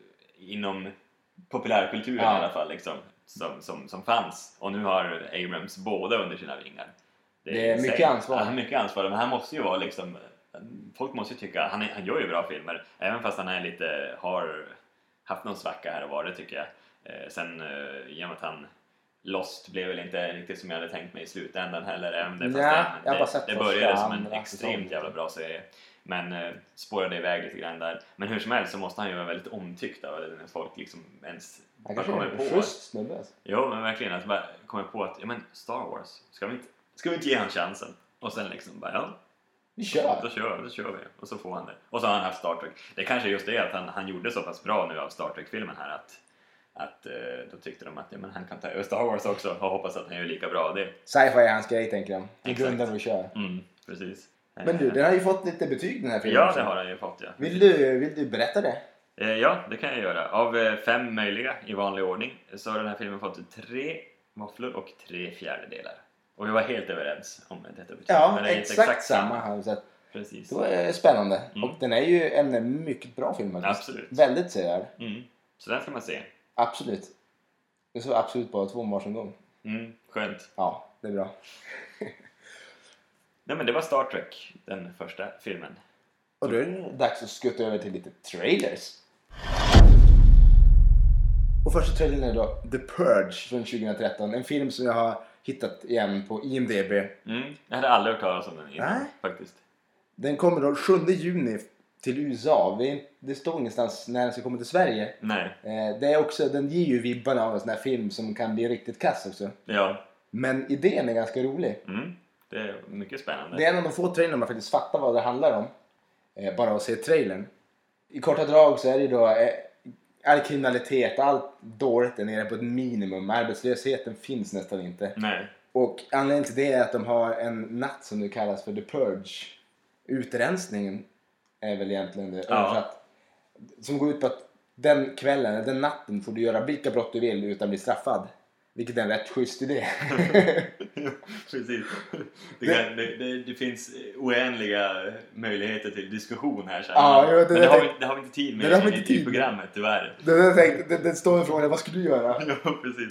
Speaker 2: inom populärkulturen ja. I alla fall, liksom, som, som, som fanns. Och nu har Abrams båda under sina vingar.
Speaker 1: Det är, det är mycket ansvar.
Speaker 2: Ja, mycket ansvar. Men han måste ju vara liksom, folk måste ju tycka, han, är, han gör ju bra filmer, även fast han är lite, har haft någon svacka här och var det, tycker jag. Eh, sen eh, genom att han Lost blev väl inte riktigt som jag hade tänkt mig i slutändan heller. Även det,
Speaker 1: ja,
Speaker 2: det, det, det började som en extremt
Speaker 1: säsong.
Speaker 2: jävla bra serie. Men eh, spårade iväg lite grann där. Men hur som helst så måste han ju vara väldigt omtyckt av det när folk liksom ens
Speaker 1: bara kommer på. Först snubbe.
Speaker 2: Jo, men verkligen att bara kommer på att ja, men Star Wars, ska vi inte, ska vi inte ge han chansen? Och sen liksom bara, ja.
Speaker 1: Vi kör.
Speaker 2: Då kör, då kör vi. Och så får han det. Och så har han haft Star Trek. Det är kanske just det att han, han gjorde så pass bra nu av Star Trek-filmen här att Att eh, då tyckte de att ja, men han kan ta över Star Wars också och hoppas att han gör lika bra det.
Speaker 1: Sci-fi är hans grej, tänker de. I grunden vi kör.
Speaker 2: Mm, precis.
Speaker 1: Men du, den har ju fått lite betyg, den här filmen.
Speaker 2: Ja, det har han ju fått, ja.
Speaker 1: Vill du, vill du berätta det?
Speaker 2: Eh, ja, det kan jag göra. Av eh, fem möjliga i vanlig ordning så har den här filmen fått tre våfflor och tre fjärdedelar. Och vi var helt överens om detta betyg.
Speaker 1: Ja,
Speaker 2: men det är
Speaker 1: exakt, exakt samma har vi sett.
Speaker 2: Precis.
Speaker 1: Det var spännande.
Speaker 2: Mm.
Speaker 1: Och den är ju en mycket bra film.
Speaker 2: Absolut.
Speaker 1: Väldigt sevärd.
Speaker 2: Mm. Så den ska man se.
Speaker 1: Absolut. Det så absolut bara två varsin gång.
Speaker 2: Mm, skönt.
Speaker 1: Ja, det är bra.
Speaker 2: Nej, men det var Star Trek, den första filmen.
Speaker 1: Och då är det dags att skutta över till lite trailers. Och första trailern är då The Purge från tjugohundratretton. En film som jag har hittat igen på I M D B.
Speaker 2: Mm, jag hade aldrig hört talas om den innan,
Speaker 1: Nej.
Speaker 2: faktiskt.
Speaker 1: Den kommer då sjunde juni till U S A. Det står ingenstans när den ska komma till Sverige.
Speaker 2: Nej.
Speaker 1: Det är också, den ger ju vibbarna av en sån här film som kan bli riktigt kass också.
Speaker 2: Ja.
Speaker 1: Men idén är ganska rolig.
Speaker 2: Mm, det är mycket spännande.
Speaker 1: Det är en av de få trailern man faktiskt fattar vad det handlar om. Bara att se trailern. I korta drag så är det då all kriminalitet, allt dåligt är nere på ett minimum. Arbetslösheten finns nästan inte.
Speaker 2: Nej.
Speaker 1: Och anledningen till det är att de har en natt som det kallas för The Purge. Utrensningen är väl egentligen det.
Speaker 2: Ja.
Speaker 1: Som går ut på att den kvällen, den natten får du göra vilka brott du vill utan bli straffad. Vilket är en rätt schysst idé.
Speaker 2: Precis. Det, kan, det, det, det finns oändliga möjligheter till diskussion här.
Speaker 1: Ja, jo, det,
Speaker 2: men det, har vi, det har vi inte tid med
Speaker 1: det
Speaker 2: i, i programmet, tyvärr.
Speaker 1: Det, det, det, det står en fråga, vad skulle du göra?
Speaker 2: Ja, precis.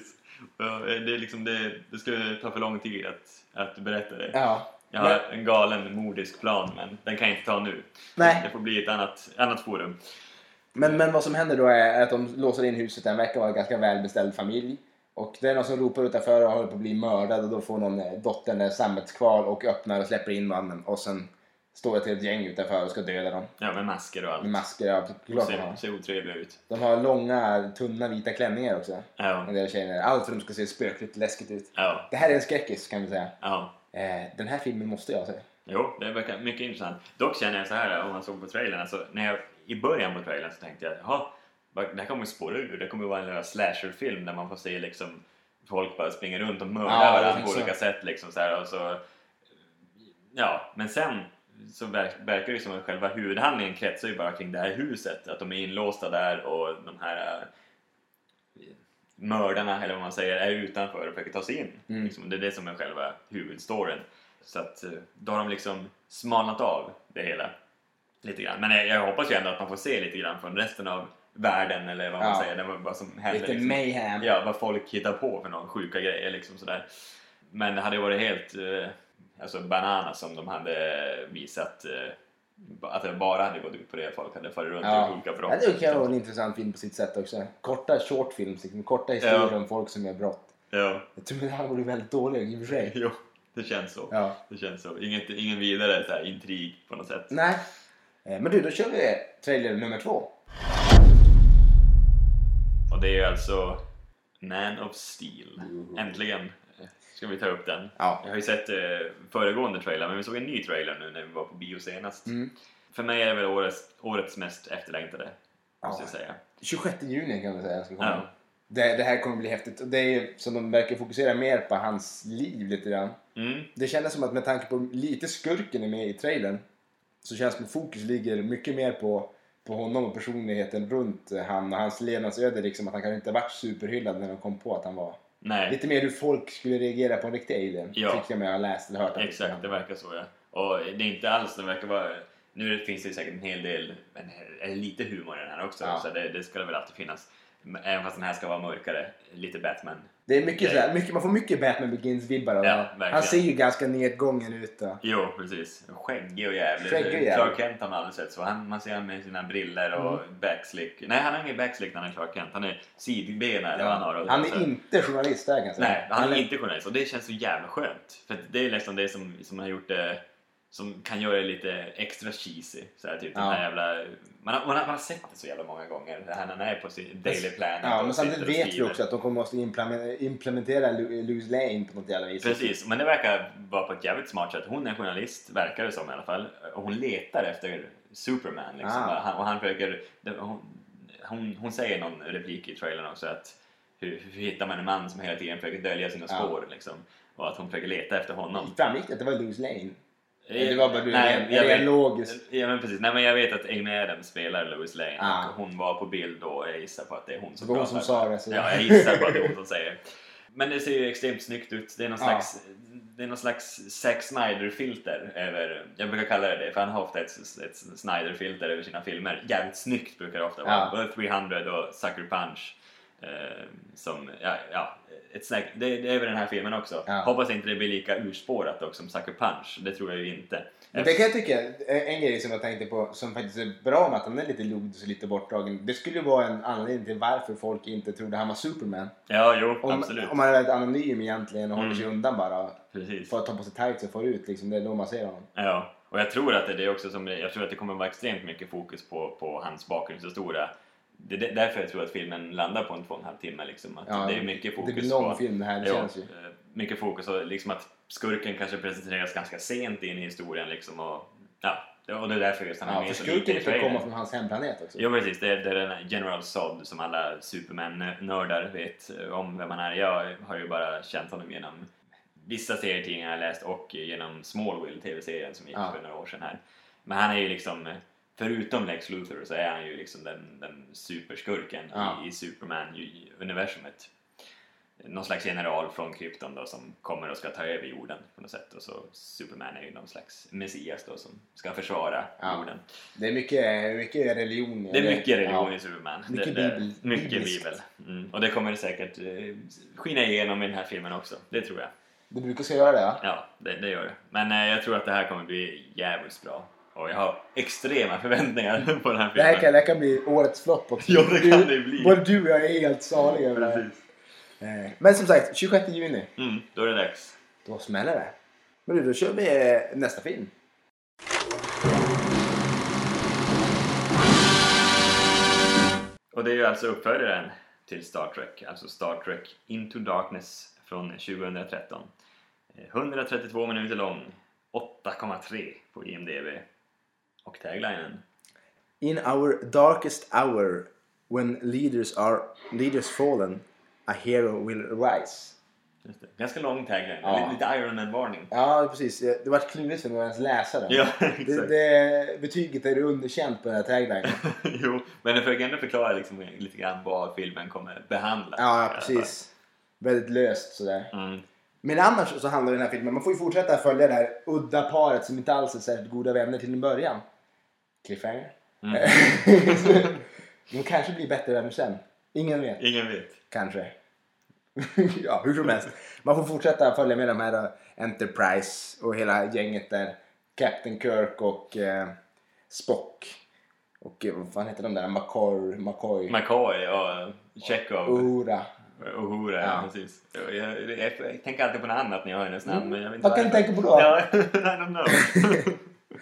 Speaker 2: Ja, det, är liksom det, det skulle ta för lång tid att, att berätta det.
Speaker 1: Ja.
Speaker 2: Jag har men... en galen modisk plan, men den kan jag inte ta nu.
Speaker 1: Nej.
Speaker 2: Det får bli ett annat, annat forum.
Speaker 1: Men, men vad som händer då är att de låser in huset. Den verkar vara en ganska välbeställd familj. Och det är någon som ropar utanför och håller på att bli mördad. Och då får någon dottern en sammetskval och öppnar och släpper in mannen. Och sen står ett helt gäng utanför och ska döda dem.
Speaker 2: Ja, med masker och allt.
Speaker 1: Med masker, ja.
Speaker 2: De ser, ser otrevliga ut.
Speaker 1: De har långa, tunna vita klänningar också.
Speaker 2: Ja.
Speaker 1: En del tjejer. Allt för att de ska se spökligt läskigt ut.
Speaker 2: Ja.
Speaker 1: Det här är en skräckis, kan vi säga.
Speaker 2: Ja.
Speaker 1: Eh, den här filmen måste jag säga.
Speaker 2: Jo, det verkar mycket intressant. Dock känner jag så här, om man såg på trailern. Alltså, när jag, i början på trailern så tänkte jag, jaha, det här kommer spåra ur. Det kommer vara en slasherfilm där man får se liksom folk bara springer runt och mördar
Speaker 1: ja,
Speaker 2: varandra på olika sätt liksom så här, och så ja, men sen så verk, verkar det som att själva huvudhandlingen kretsar ju bara kring det här huset, att de är inlåsta där och de här äh, mördarna eller vad man säger är utanför och försöker ta sig in.
Speaker 1: Mm.
Speaker 2: Liksom, det är det som är själva huvudstoryn. Så att då har de liksom smalnat av det hela lite grann. Men jag, jag hoppas ju ändå att man får se lite grann från resten av världen eller vad man
Speaker 1: ja.
Speaker 2: säger, det var vad som händer,
Speaker 1: lite
Speaker 2: liksom,
Speaker 1: mayhem.
Speaker 2: ja, vad folk hittar på för någon sjuka grejer liksom sådär. Men det hade varit helt eh, alltså bananas som de hade visat eh, att det bara hade gått ut på det, folk hade farit runt
Speaker 1: ja.
Speaker 2: i olika brott.
Speaker 1: Ja, det kan vara en intressant film på sitt sätt också. Korta shortfilms, liksom, korta historier ja. om folk som gör brott.
Speaker 2: Ja.
Speaker 1: Jag tror att han vore väldigt dålig i och för sig.
Speaker 2: Jo, det känns så.
Speaker 1: Ja.
Speaker 2: Det känns så. Inget, ingen vidare så här, intrig på något sätt.
Speaker 1: Nej. Men du, då kör vi trailer nummer två.
Speaker 2: Och det är alltså Man of Steel. Mm. Äntligen ska vi ta upp den.
Speaker 1: Ja.
Speaker 2: Jag har ju sett eh, föregående trailer, men vi såg en ny trailer nu när vi var på bio senast.
Speaker 1: Mm.
Speaker 2: För mig är det väl årets, årets mest efterlängtade,
Speaker 1: ja.
Speaker 2: måste jag säga.
Speaker 1: tjugosjätte juni kan man säga. Ska komma.
Speaker 2: Ja.
Speaker 1: Det, det här kommer bli häftigt. Och det är som de verkar fokusera mer på hans liv lite grann.
Speaker 2: Mm.
Speaker 1: Det kändes som att med tanke på lite skurken är med i trailern, så känns det som att fokus ligger mycket mer på på honom och personligheten runt han och hans levnadsöde, liksom att han kanske inte varit superhyllad när de kom på att han var.
Speaker 2: Nej.
Speaker 1: Lite mer hur folk skulle reagera på en riktig alien.
Speaker 2: Ja.
Speaker 1: Tycker jag mig har läst eller hört.
Speaker 2: Exakt, det verkar så, ja. Och det är inte alls, det verkar vara, nu finns det säkert en hel del, eller lite humor i den här också, ja. Så det, det ska det väl alltid finnas. Även fast den här ska vara mörkare, lite Batman.
Speaker 1: Det är mycket, det... Så här, mycket man får mycket Batman Begins-vibbar av
Speaker 2: ja,
Speaker 1: det. Han ser ju ganska nedgången ut då.
Speaker 2: Jo, precis. Skäggig och jävlig.
Speaker 1: Skäggig och jävlig.
Speaker 2: Clark Kent har man aldrig sett så. Han, man ser han med sina briller och mm. backslick. Nej, han har ingen backslick när han är Clark Kent. Han är sidbena eller
Speaker 1: ja.
Speaker 2: vad han har.
Speaker 1: Han är så. Inte journalist där kan jag säga.
Speaker 2: Nej, han
Speaker 1: Eller...
Speaker 2: är inte journalist. Och det känns så jävla skönt. För det är liksom det som, som har gjort det, som kan göra det lite extra cheesy. Så här, typ ja. Den här jävla... Man har, man, har, man har sett det så jävla många gånger. Det här när han är på sin daily plan.
Speaker 1: Ja, men samtidigt vet vi också att de kommer måste implementera Lois Lane på något jävla vis.
Speaker 2: Precis, men det verkar vara på ett jävligt smart sätt. Hon är journalist, verkar det som i alla fall. Och hon letar efter Superman. Liksom. Ah. Han, och han försöker... Hon, hon, hon säger någon replik i trailern också att hur, hur hittar man en man som hela tiden försöker dölja sina spår. Ja. Liksom. Och att hon försöker leta efter honom.
Speaker 1: Framgick att det var Lois Lane? Det var bara du,
Speaker 2: nej,
Speaker 1: jag vet, logiskt.
Speaker 2: Ja, men precis. Nej, men jag vet att Amy Adams spelar Lois Lane.
Speaker 1: Ah.
Speaker 2: Och hon var på bild och jag gissar på att det är hon som
Speaker 1: det var hon
Speaker 2: pratar.
Speaker 1: som sa det. Så.
Speaker 2: Ja, jag gissar på att det är hon som säger. Men det ser ju extremt snyggt ut. Det är någon
Speaker 1: ah.
Speaker 2: slags, det är någon slags Zack Snyder-filter över, jag brukar kalla det det, för han har ofta ett, ett Snyder-filter över sina filmer. Jävligt snyggt brukar det ofta vara.
Speaker 1: Ah.
Speaker 2: Både trehundra och Sucker Punch. Eh, som, ja, ja ett snack, det, det är väl den här filmen också. Ja. Hoppas inte det blir lika urspårat dock som Sucker Punch. Det tror jag ju inte.
Speaker 1: Men det kan jag tycka, en grej som jag tänkte på som faktiskt är bra med att han är lite logisk och lite bortdragen. Det skulle ju vara en anledning till varför folk inte trodde han var Superman.
Speaker 2: Ja, jo,
Speaker 1: om,
Speaker 2: absolut.
Speaker 1: Om man är väldigt anonym egentligen och mm. håller sig undan bara.
Speaker 2: Precis.
Speaker 1: För att ta på sig tights och få ut, liksom, det är då man ser honom.
Speaker 2: Ja, och jag tror att det är det också som, jag tror att det kommer vara extremt mycket fokus på, på hans bakgrundshistoria. Det är därför jag tror att filmen landar på en två och en halv timme liksom. Att
Speaker 1: ja,
Speaker 2: det är mycket fokus
Speaker 1: det blir lång på film det här, det
Speaker 2: jo,
Speaker 1: känns ju.
Speaker 2: Mycket fokus och liksom att skurken kanske presenteras ganska sent in i historien liksom och ja, och det är därför just han är
Speaker 1: ja,
Speaker 2: med
Speaker 1: för
Speaker 2: så
Speaker 1: skurken
Speaker 2: lite
Speaker 1: kan komma från hans hemplanet också.
Speaker 2: Jo precis, det är, det är den General Zod som alla Superman-nördar vet om vem han är. Jag har ju bara känt honom genom vissa serietidningar jag läst och genom Smallville, tv-serien som gick ja. för några år sedan här. Men han är ju liksom, förutom Lex Luthor så är han ju liksom den, den superskurken ja. i, i Superman-universumet. någon slags general från Krypton då, som kommer och ska ta över jorden på något sätt. Och så Superman är ju någon slags messias då, som ska försvara ja. jorden.
Speaker 1: Det är mycket, mycket religion.
Speaker 2: Det är mycket religion ja. i Superman.
Speaker 1: Mycket
Speaker 2: det, det,
Speaker 1: bibel.
Speaker 2: Mycket bibel. Mm. Och det kommer säkert eh, skina igenom i den här filmen också. Det tror jag.
Speaker 1: Det brukar ska göra det, va?
Speaker 2: Ja, det, det gör det. Men eh, jag tror att det här kommer bli jävligt bra. Och jag har extrema förväntningar på den här filmen.
Speaker 1: Det här kan, det här kan bli årets flopp också.
Speaker 2: Ja, det kan det bli.
Speaker 1: Både du och jag är helt saliga över det här. Men som sagt, tjugosjätte juni.
Speaker 2: Mm, då är det dags.
Speaker 1: Då smäller det. Men då kör vi nästa film.
Speaker 2: Och det är ju alltså uppföljaren till Star Trek. Alltså Star Trek Into Darkness från tjugohundratretton. etthundratrettiotvå minuter lång. åtta komma tre på I M D B. Och taglinen:
Speaker 1: In our darkest hour, when leaders are leaders fallen, a hero will rise.
Speaker 2: Just det. Ganska lång tagline.
Speaker 1: Ja.
Speaker 2: Lite Iron Man-varning.
Speaker 1: Ja, precis. Det var klurigt för mig att ens läsa den.
Speaker 2: Ja, exakt.
Speaker 1: Det, det, betyget är underkänt på den här taglinen.
Speaker 2: Jo, men det får ändå förklara liksom lite grann vad filmen kommer behandla.
Speaker 1: Ja, precis. Väldigt löst sådär.
Speaker 2: Mm.
Speaker 1: Men annars så handlar den här filmen, man får ju fortsätta följa det här udda paret som inte alls är särskilt goda vänner till en början. Cliffhanger. Mm. De kanske blir bättre vänner sen. Ingen vet.
Speaker 2: Ingen vet.
Speaker 1: Kanske. Ja, hur som helst. Man får fortsätta följa med de här uh, Enterprise och hela gänget där. Captain Kirk och uh, Spock. Och uh, vad fan heter de där? McCoy. McCoy,
Speaker 2: McCoy och Chekhov.
Speaker 1: Uhura.
Speaker 2: Uhura, ja. Ja, precis. Jag, jag, jag, jag tänker alltid på något annat när jag hör hennes namn. Mm. Men jag vet inte
Speaker 1: vad kan du tänka på då?
Speaker 2: Ja, I don't know.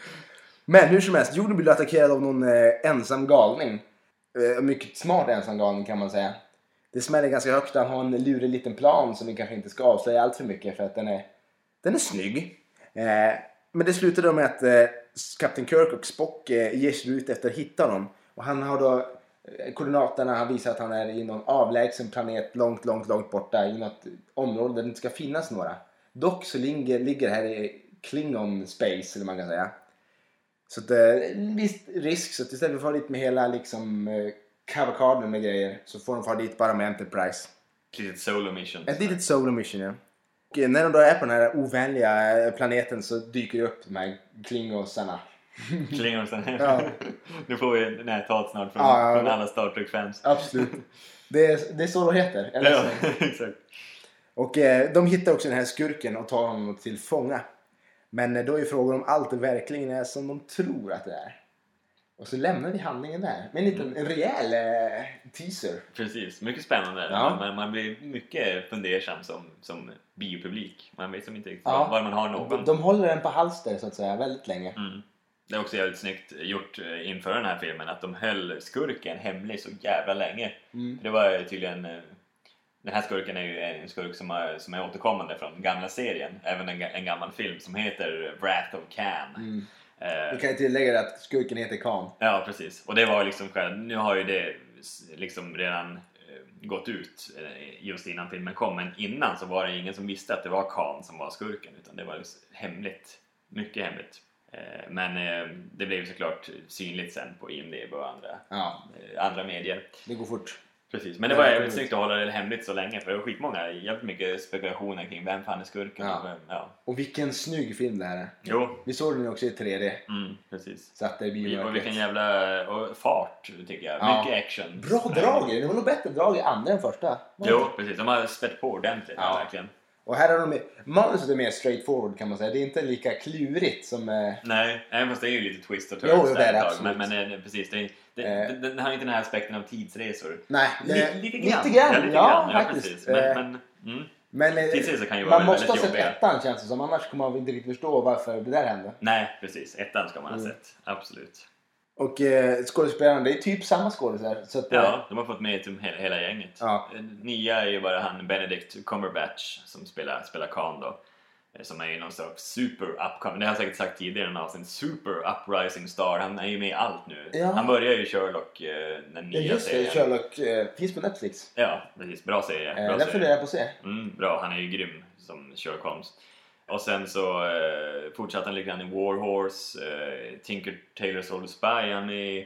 Speaker 1: Men hur som helst, jorden blir attackerad av någon eh, ensam galning. Eh, mycket smart ensam galning kan man säga. Det smäller ganska högt. Han har en lurig liten plan som vi kanske inte ska avslöja allt för mycket för att den är, den är snygg. Eh, men det slutar då med att eh, Captain Kirk och Spock eh, ger sig ut efter att hitta honom. Och han har då eh, koordinaterna, han visar att han är i någon avlägsen planet långt, långt, långt borta i något område där det inte ska finnas några. Dock så ligger, ligger här i Klingon space, eller man kan säga. Så det är en viss risk, så att istället för att fara dit med hela liksom eh, kavakaden med grejer så får de fara dit bara med Enterprise.
Speaker 2: Ett litet solo mission.
Speaker 1: Ett litet solo mission, ja. Och när de då är på den här ovänliga planeten så dyker det upp de här klingosarna.
Speaker 2: Klingosarna?
Speaker 1: Ja.
Speaker 2: Nu får vi den här tat snart från,
Speaker 1: ja, ja,
Speaker 2: från alla Star Trek-fans.
Speaker 1: Absolut. Det är, det är så de heter. Eller
Speaker 2: ja,
Speaker 1: så.
Speaker 2: exakt.
Speaker 1: Och eh, de hittar också den här skurken och tar honom till fånga. Men då är frågan om allt verkligen är som de tror att det är. Och så lämnar vi handlingen där. Med en liten en rejäl eh, teaser.
Speaker 2: Precis, mycket spännande.
Speaker 1: Ja.
Speaker 2: Man, man blir mycket fundersam som, som biopublik. Man vet som inte riktigt
Speaker 1: ja.
Speaker 2: var man har någon.
Speaker 1: De, de håller den på halster så att säga väldigt länge.
Speaker 2: Mm. Det är också jävligt snyggt gjort inför den här filmen att de höll skurken hemlig så jävla länge. Mm. Det var tydligen... Den här skurken är ju en skurk som är, som är återkommande från gamla serien. Även en, en gammal film som heter Wrath of Khan. Mm.
Speaker 1: Vi kan ju tillägga att skurken heter Khan.
Speaker 2: Ja, precis. Och det var liksom själv, nu har ju det liksom redan eh, gått ut eh, just innan filmen kom. Men innan så var det ingen som visste att det var Khan som var skurken. Utan det var just hemligt. Mycket hemligt. Eh, men eh, det blev såklart synligt sen på I M D B och andra,
Speaker 1: ja.
Speaker 2: eh, andra medier.
Speaker 1: Det går fort.
Speaker 2: Precis, men det var jävligt snyggt att hålla det hemligt så länge. För det var skitmånga, jävligt mycket spekulationer kring vem fan är skurken.
Speaker 1: Ja.
Speaker 2: Och, vem, ja.
Speaker 1: Och vilken snygg film det här är.
Speaker 2: Jo.
Speaker 1: Vi såg den också i tre D.
Speaker 2: Mm, precis.
Speaker 1: Satt där i biomärket.
Speaker 2: Och vilken jävla och fart tycker jag.
Speaker 1: Ja.
Speaker 2: Mycket action.
Speaker 1: Bra drag i det. Det var nog bättre drag i andra än första.
Speaker 2: Jo, precis. De har spett på ordentligt.
Speaker 1: Ja.
Speaker 2: Verkligen.
Speaker 1: Och här har de manuset är mer straightforward kan man säga. Det är inte lika klurigt som... Eh...
Speaker 2: Nej, även fast det är ju lite twist och turns.
Speaker 1: Jo, det är det absolut.
Speaker 2: Men, men eh, precis, det, det, eh. den har inte den här aspekten av tidsresor.
Speaker 1: Nej,
Speaker 2: det, lite, lite grann.
Speaker 1: Lite grann,
Speaker 2: ja, lite
Speaker 1: ja,
Speaker 2: grann.
Speaker 1: faktiskt.
Speaker 2: Ja, precis. Men,
Speaker 1: eh.
Speaker 2: men, mm.
Speaker 1: Men eh,
Speaker 2: tidsresor kan ju vara
Speaker 1: man
Speaker 2: väldigt
Speaker 1: måste ha sett
Speaker 2: jobbiga.
Speaker 1: ettan känns det som. Annars kommer man inte riktigt förstå varför det där hände.
Speaker 2: Nej, precis. Ettan ska man ha
Speaker 1: mm.
Speaker 2: sett. Absolut.
Speaker 1: Och eh, skådespelarna, det är typ samma skådespelare. Så att,
Speaker 2: ja, de har fått med typ hela, hela gänget.
Speaker 1: Ja.
Speaker 2: Nya är ju bara han Benedict Cumberbatch som spelar, spelar Khan då. Som är ju någon sorts super upcoming. Det har jag säkert sagt tidigare i någon avsnitt. Super uprising star. Han är ju med i allt nu.
Speaker 1: Ja.
Speaker 2: Han börjar ju Sherlock, den nya
Speaker 1: ja, just det,
Speaker 2: serien.
Speaker 1: Sherlock eh, finns på Netflix.
Speaker 2: Ja, precis. Bra serie. Bra
Speaker 1: eh, den funderar jag på att se.
Speaker 2: Mm, bra, han är ju grym som Sherlock Holmes. Och sen så eh, fortsatte han lite grann i War Horse. Eh, Tinker Tailor Soldier Spy. Han är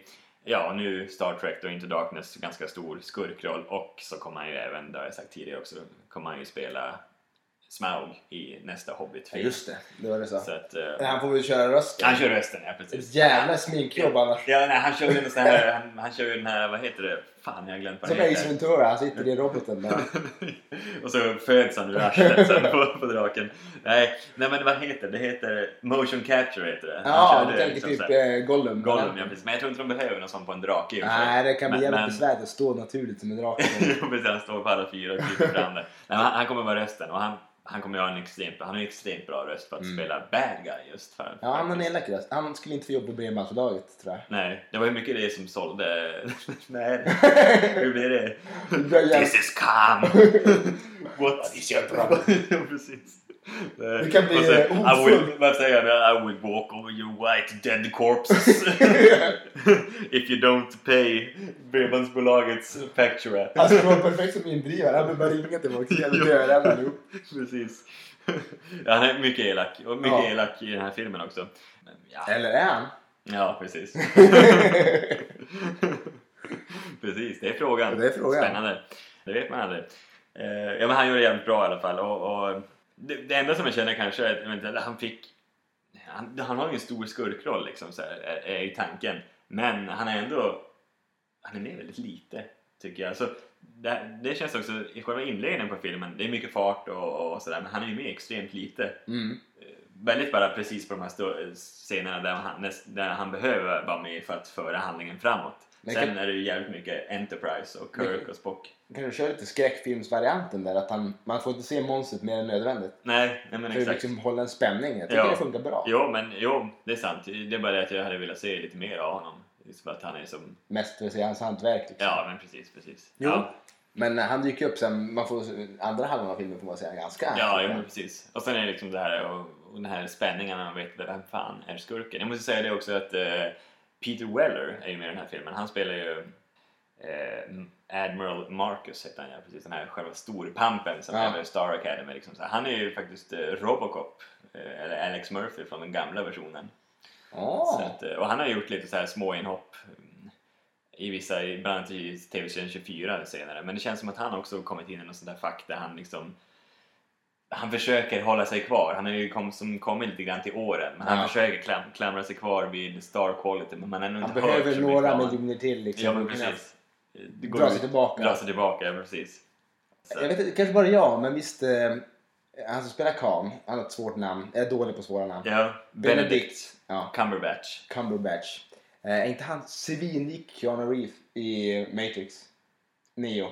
Speaker 2: Ja, nu Star Trek och Into Darkness, ganska stor skurkroll. Och så kommer han ju även, det har jag sagt tidigare också, kommer han ju spela Smaug i nästa Hobbit-film.
Speaker 1: Ja, just det, det var det så.
Speaker 2: så att, uh,
Speaker 1: han får väl köra rösten.
Speaker 2: Han kör rösten, ja precis.
Speaker 1: Ett jävla sminkjobb annars.
Speaker 2: Ja, nej, han kör ju den här, han, han kör ju den här, vad heter det? Fan, jag har glömt vad
Speaker 1: Som
Speaker 2: det heter.
Speaker 1: Ace Ventura, han sitter i roboten där.
Speaker 2: Och så föds han ur arslet sen på, på draken. Nej, nej, men vad heter det? Det heter motion capture heter det.
Speaker 1: Ja, du tänker typ eh, Gollum.
Speaker 2: Gollum, ja precis. Men jag tror inte de behöver något sånt på en drake.
Speaker 1: Nej, det kan bli
Speaker 2: men,
Speaker 1: jävligt
Speaker 2: men...
Speaker 1: besvärligt att stå naturligt som en drake.
Speaker 2: Jo, precis. Han står på alla fyra och kryper fram där. Nej, han, han kommer vara rösten och han... Han kommer ha en extremt, han har en extremt bra röst för att mm. spela bad guy just för.
Speaker 1: Ja, han har en elak röst. Han skulle inte få jobb på Bredbandsbolaget, tror jag.
Speaker 2: Nej, det var ju mycket det som sålde. Nej, hur blir det? This is calm. What is your problem? Ja, precis.
Speaker 1: Det kan bli
Speaker 2: så, I will, vad säger jag? I will walk over your white dead corpses. If you don't pay Bredbandsbolagets factura.
Speaker 1: Han skulle vara perfekt som indrivare. Han vill bara ringa till folk. Jag vill döda alla nu.
Speaker 2: Precis. Ja, han är mycket elak. Och mycket
Speaker 1: ja.
Speaker 2: elak i den här filmen också. Men, ja.
Speaker 1: Eller är han?
Speaker 2: Ja, precis. Precis, det är frågan.
Speaker 1: Det är frågan.
Speaker 2: Spännande. Det vet man aldrig. Eh, ja, men han gör det jävligt bra i alla fall. Och, och det, det enda som jag känner kanske är att inte, han fick... Han, han har ju en stor skurkroll liksom, så här, är, är ju tanken. Men han är ändå... Han är med väldigt lite, tycker jag. Så det, det känns också i själva inledningen på filmen. Det är mycket fart och, och sådär. Men han är ju med extremt lite.
Speaker 1: Mm.
Speaker 2: Väldigt bara precis på de här stå- scenerna där han, där han behöver vara med för att föra handlingen framåt. Men sen kan... är det ju jävligt mycket Enterprise och Kirk men... och Spock.
Speaker 1: Kan du köra lite skräckfilmsvarianten där? Att han, man får inte se monstret mer än nödvändigt.
Speaker 2: Nej, nej men
Speaker 1: för
Speaker 2: exakt.
Speaker 1: För att liksom hålla en spänning. Jag tycker
Speaker 2: ja.
Speaker 1: det funkar bra.
Speaker 2: Jo, men jo, det är sant. Det är bara det att jag hade velat se lite mer av honom. Just för att han är som...
Speaker 1: Mest för att se hans hantverk. Liksom.
Speaker 2: Ja, men precis, precis.
Speaker 1: Jo.
Speaker 2: Ja.
Speaker 1: Men han dyker upp sen, man får andra halvan av filmen får man säga ganska.
Speaker 2: Ja, ja men precis. Och sen är det liksom det här och, och den här spänningen när man vet vem fan är skurken. Jag måste säga det också att uh, Peter Weller är ju med i den här filmen. Han spelar ju uh, Admiral Marcus heter han ja, precis den här själva storpampen som ja. är Star Academy liksom. Så han är ju faktiskt uh, Robocop uh, eller Alex Murphy från den gamla versionen.
Speaker 1: Oh.
Speaker 2: Så att, uh, och han har gjort lite så här små inhopp i vissa, bland annat i T V-serien tjugofyra senare. Men det känns som att han också kommit in i någon sån där fack där han liksom... Han försöker hålla sig kvar. Han är ju kom, som kommit lite grann till åren. Men ja. han försöker klam, klamra sig kvar vid star quality. Men man är nog
Speaker 1: han
Speaker 2: inte
Speaker 1: behöver
Speaker 2: hört
Speaker 1: några miljoner till liksom.
Speaker 2: Ja, men precis.
Speaker 1: Dra sig tillbaka.
Speaker 2: Dra sig tillbaka, ja, precis.
Speaker 1: Så. Jag vet inte, kanske bara jag, men visst... Eh, han som spelar Khan, han har ett svårt namn. Jag är dålig på svåra namn.
Speaker 2: Ja, Benedict, Benedict.
Speaker 1: Ja.
Speaker 2: Cumberbatch.
Speaker 1: Cumberbatch. Eh, är inte han svinlik Keanu Reeves i Matrix? Neo.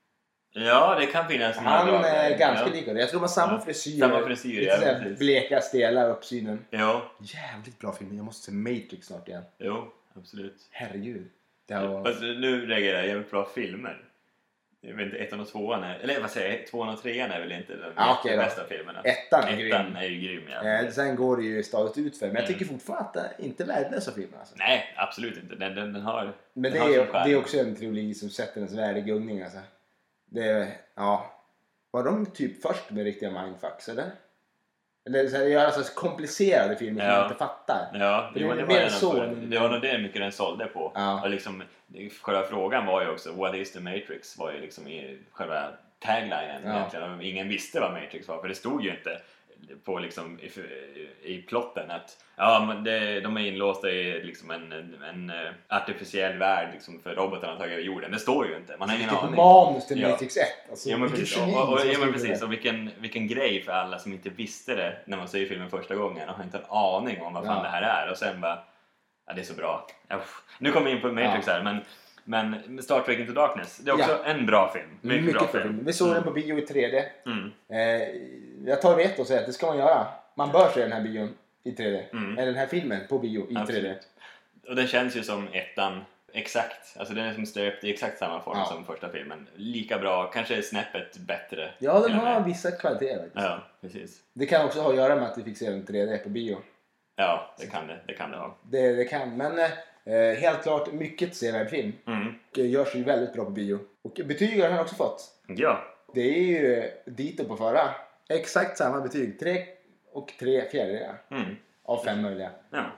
Speaker 2: Ja, det kan finnas.
Speaker 1: Han är äh, ganska ja. lik. Jag tror de har samma frisyr.
Speaker 2: Samma frisyr,
Speaker 1: lite
Speaker 2: ja.
Speaker 1: Sådär bleka, stela uppsynen.
Speaker 2: Ja.
Speaker 1: Jävligt bra film. Jag måste se Matrix snart igen.
Speaker 2: Jo, absolut.
Speaker 1: Herregud. Det var...
Speaker 2: alltså, nu reagerar jag jävligt bra filmer. Jag vet inte, ettan och tvåan är... Eller vad säger jag? Tvåan och trean är väl inte de
Speaker 1: ah, okay,
Speaker 2: bästa filmerna.
Speaker 1: Ettan är
Speaker 2: ettan
Speaker 1: grym.
Speaker 2: är ju grym, ja.
Speaker 1: Eh, sen går det ju stadigt ut för. Men jag tycker mm. fortfarande att det inte är värdelösa filmer. Alltså.
Speaker 2: Nej, absolut inte. Den, den, den har...
Speaker 1: Men
Speaker 2: den
Speaker 1: det,
Speaker 2: har
Speaker 1: är, det är också en trilogi som sätter ens värld i gungning. Alltså. Det är... Ja... Var de typ först med riktiga mindfucks, eller? Eller så här, göra alltså komplicerade filmer som ja. man inte fattar.
Speaker 2: Ja,
Speaker 1: det,
Speaker 2: det, var, det, var så, en... det var nog det mycket den sålde på.
Speaker 1: Ja.
Speaker 2: Och liksom, själva frågan var ju också, what is the Matrix? Var ju liksom i själva taglinen ja. egentligen. Och ingen visste vad Matrix var, för det stod ju inte på liksom i, i plotten att ja, men det, de är inlåsta i liksom en, en, en artificiell värld liksom för robotarna tagit över jorden. Det står ju inte. Man har ingen
Speaker 1: vilket
Speaker 2: aning.
Speaker 1: manus till Matrix ett. Alltså,
Speaker 2: ja, men precis. Och, och, och, ja, men precis. Och vilken, vilken grej för alla som inte visste det när man ser filmen första gången och har inte en aning om vad fan ja. det här är. Och sen bara, ja, det är så bra. Uff. Nu kommer vi in på Matrix ja. här, men Men Star Trek Into Darkness, det är också ja. en bra film. Mycket, Mycket bra film. film.
Speaker 1: Vi såg mm. den på bio i tre D.
Speaker 2: Mm.
Speaker 1: Eh, jag tar vet och säger att det ska man göra. Man bör se den här bion i tre D.
Speaker 2: Mm.
Speaker 1: Eller den här filmen på bio i
Speaker 2: Absolut.
Speaker 1: tre D.
Speaker 2: Och den känns ju som ettan exakt. Alltså den är som stöpt i exakt samma form
Speaker 1: ja.
Speaker 2: som första filmen. Lika bra, kanske snäppet bättre.
Speaker 1: Ja, den har vissa kvaliteter.
Speaker 2: Ja, precis.
Speaker 1: Det kan också ha att göra med att vi fick se den i tre D på bio.
Speaker 2: Ja, det kan det. Det kan det ha.
Speaker 1: Det, det kan, men... Eh, helt klart mycket sevärd film.
Speaker 2: Mm.
Speaker 1: Och görs ju väldigt bra på bio. Och betyg har han också fått.
Speaker 2: Ja.
Speaker 1: Det är ju dito på förra. Exakt samma betyg. Tre och tre fjärdedelar.
Speaker 2: Mm.
Speaker 1: Av fem möjliga.
Speaker 2: Ja.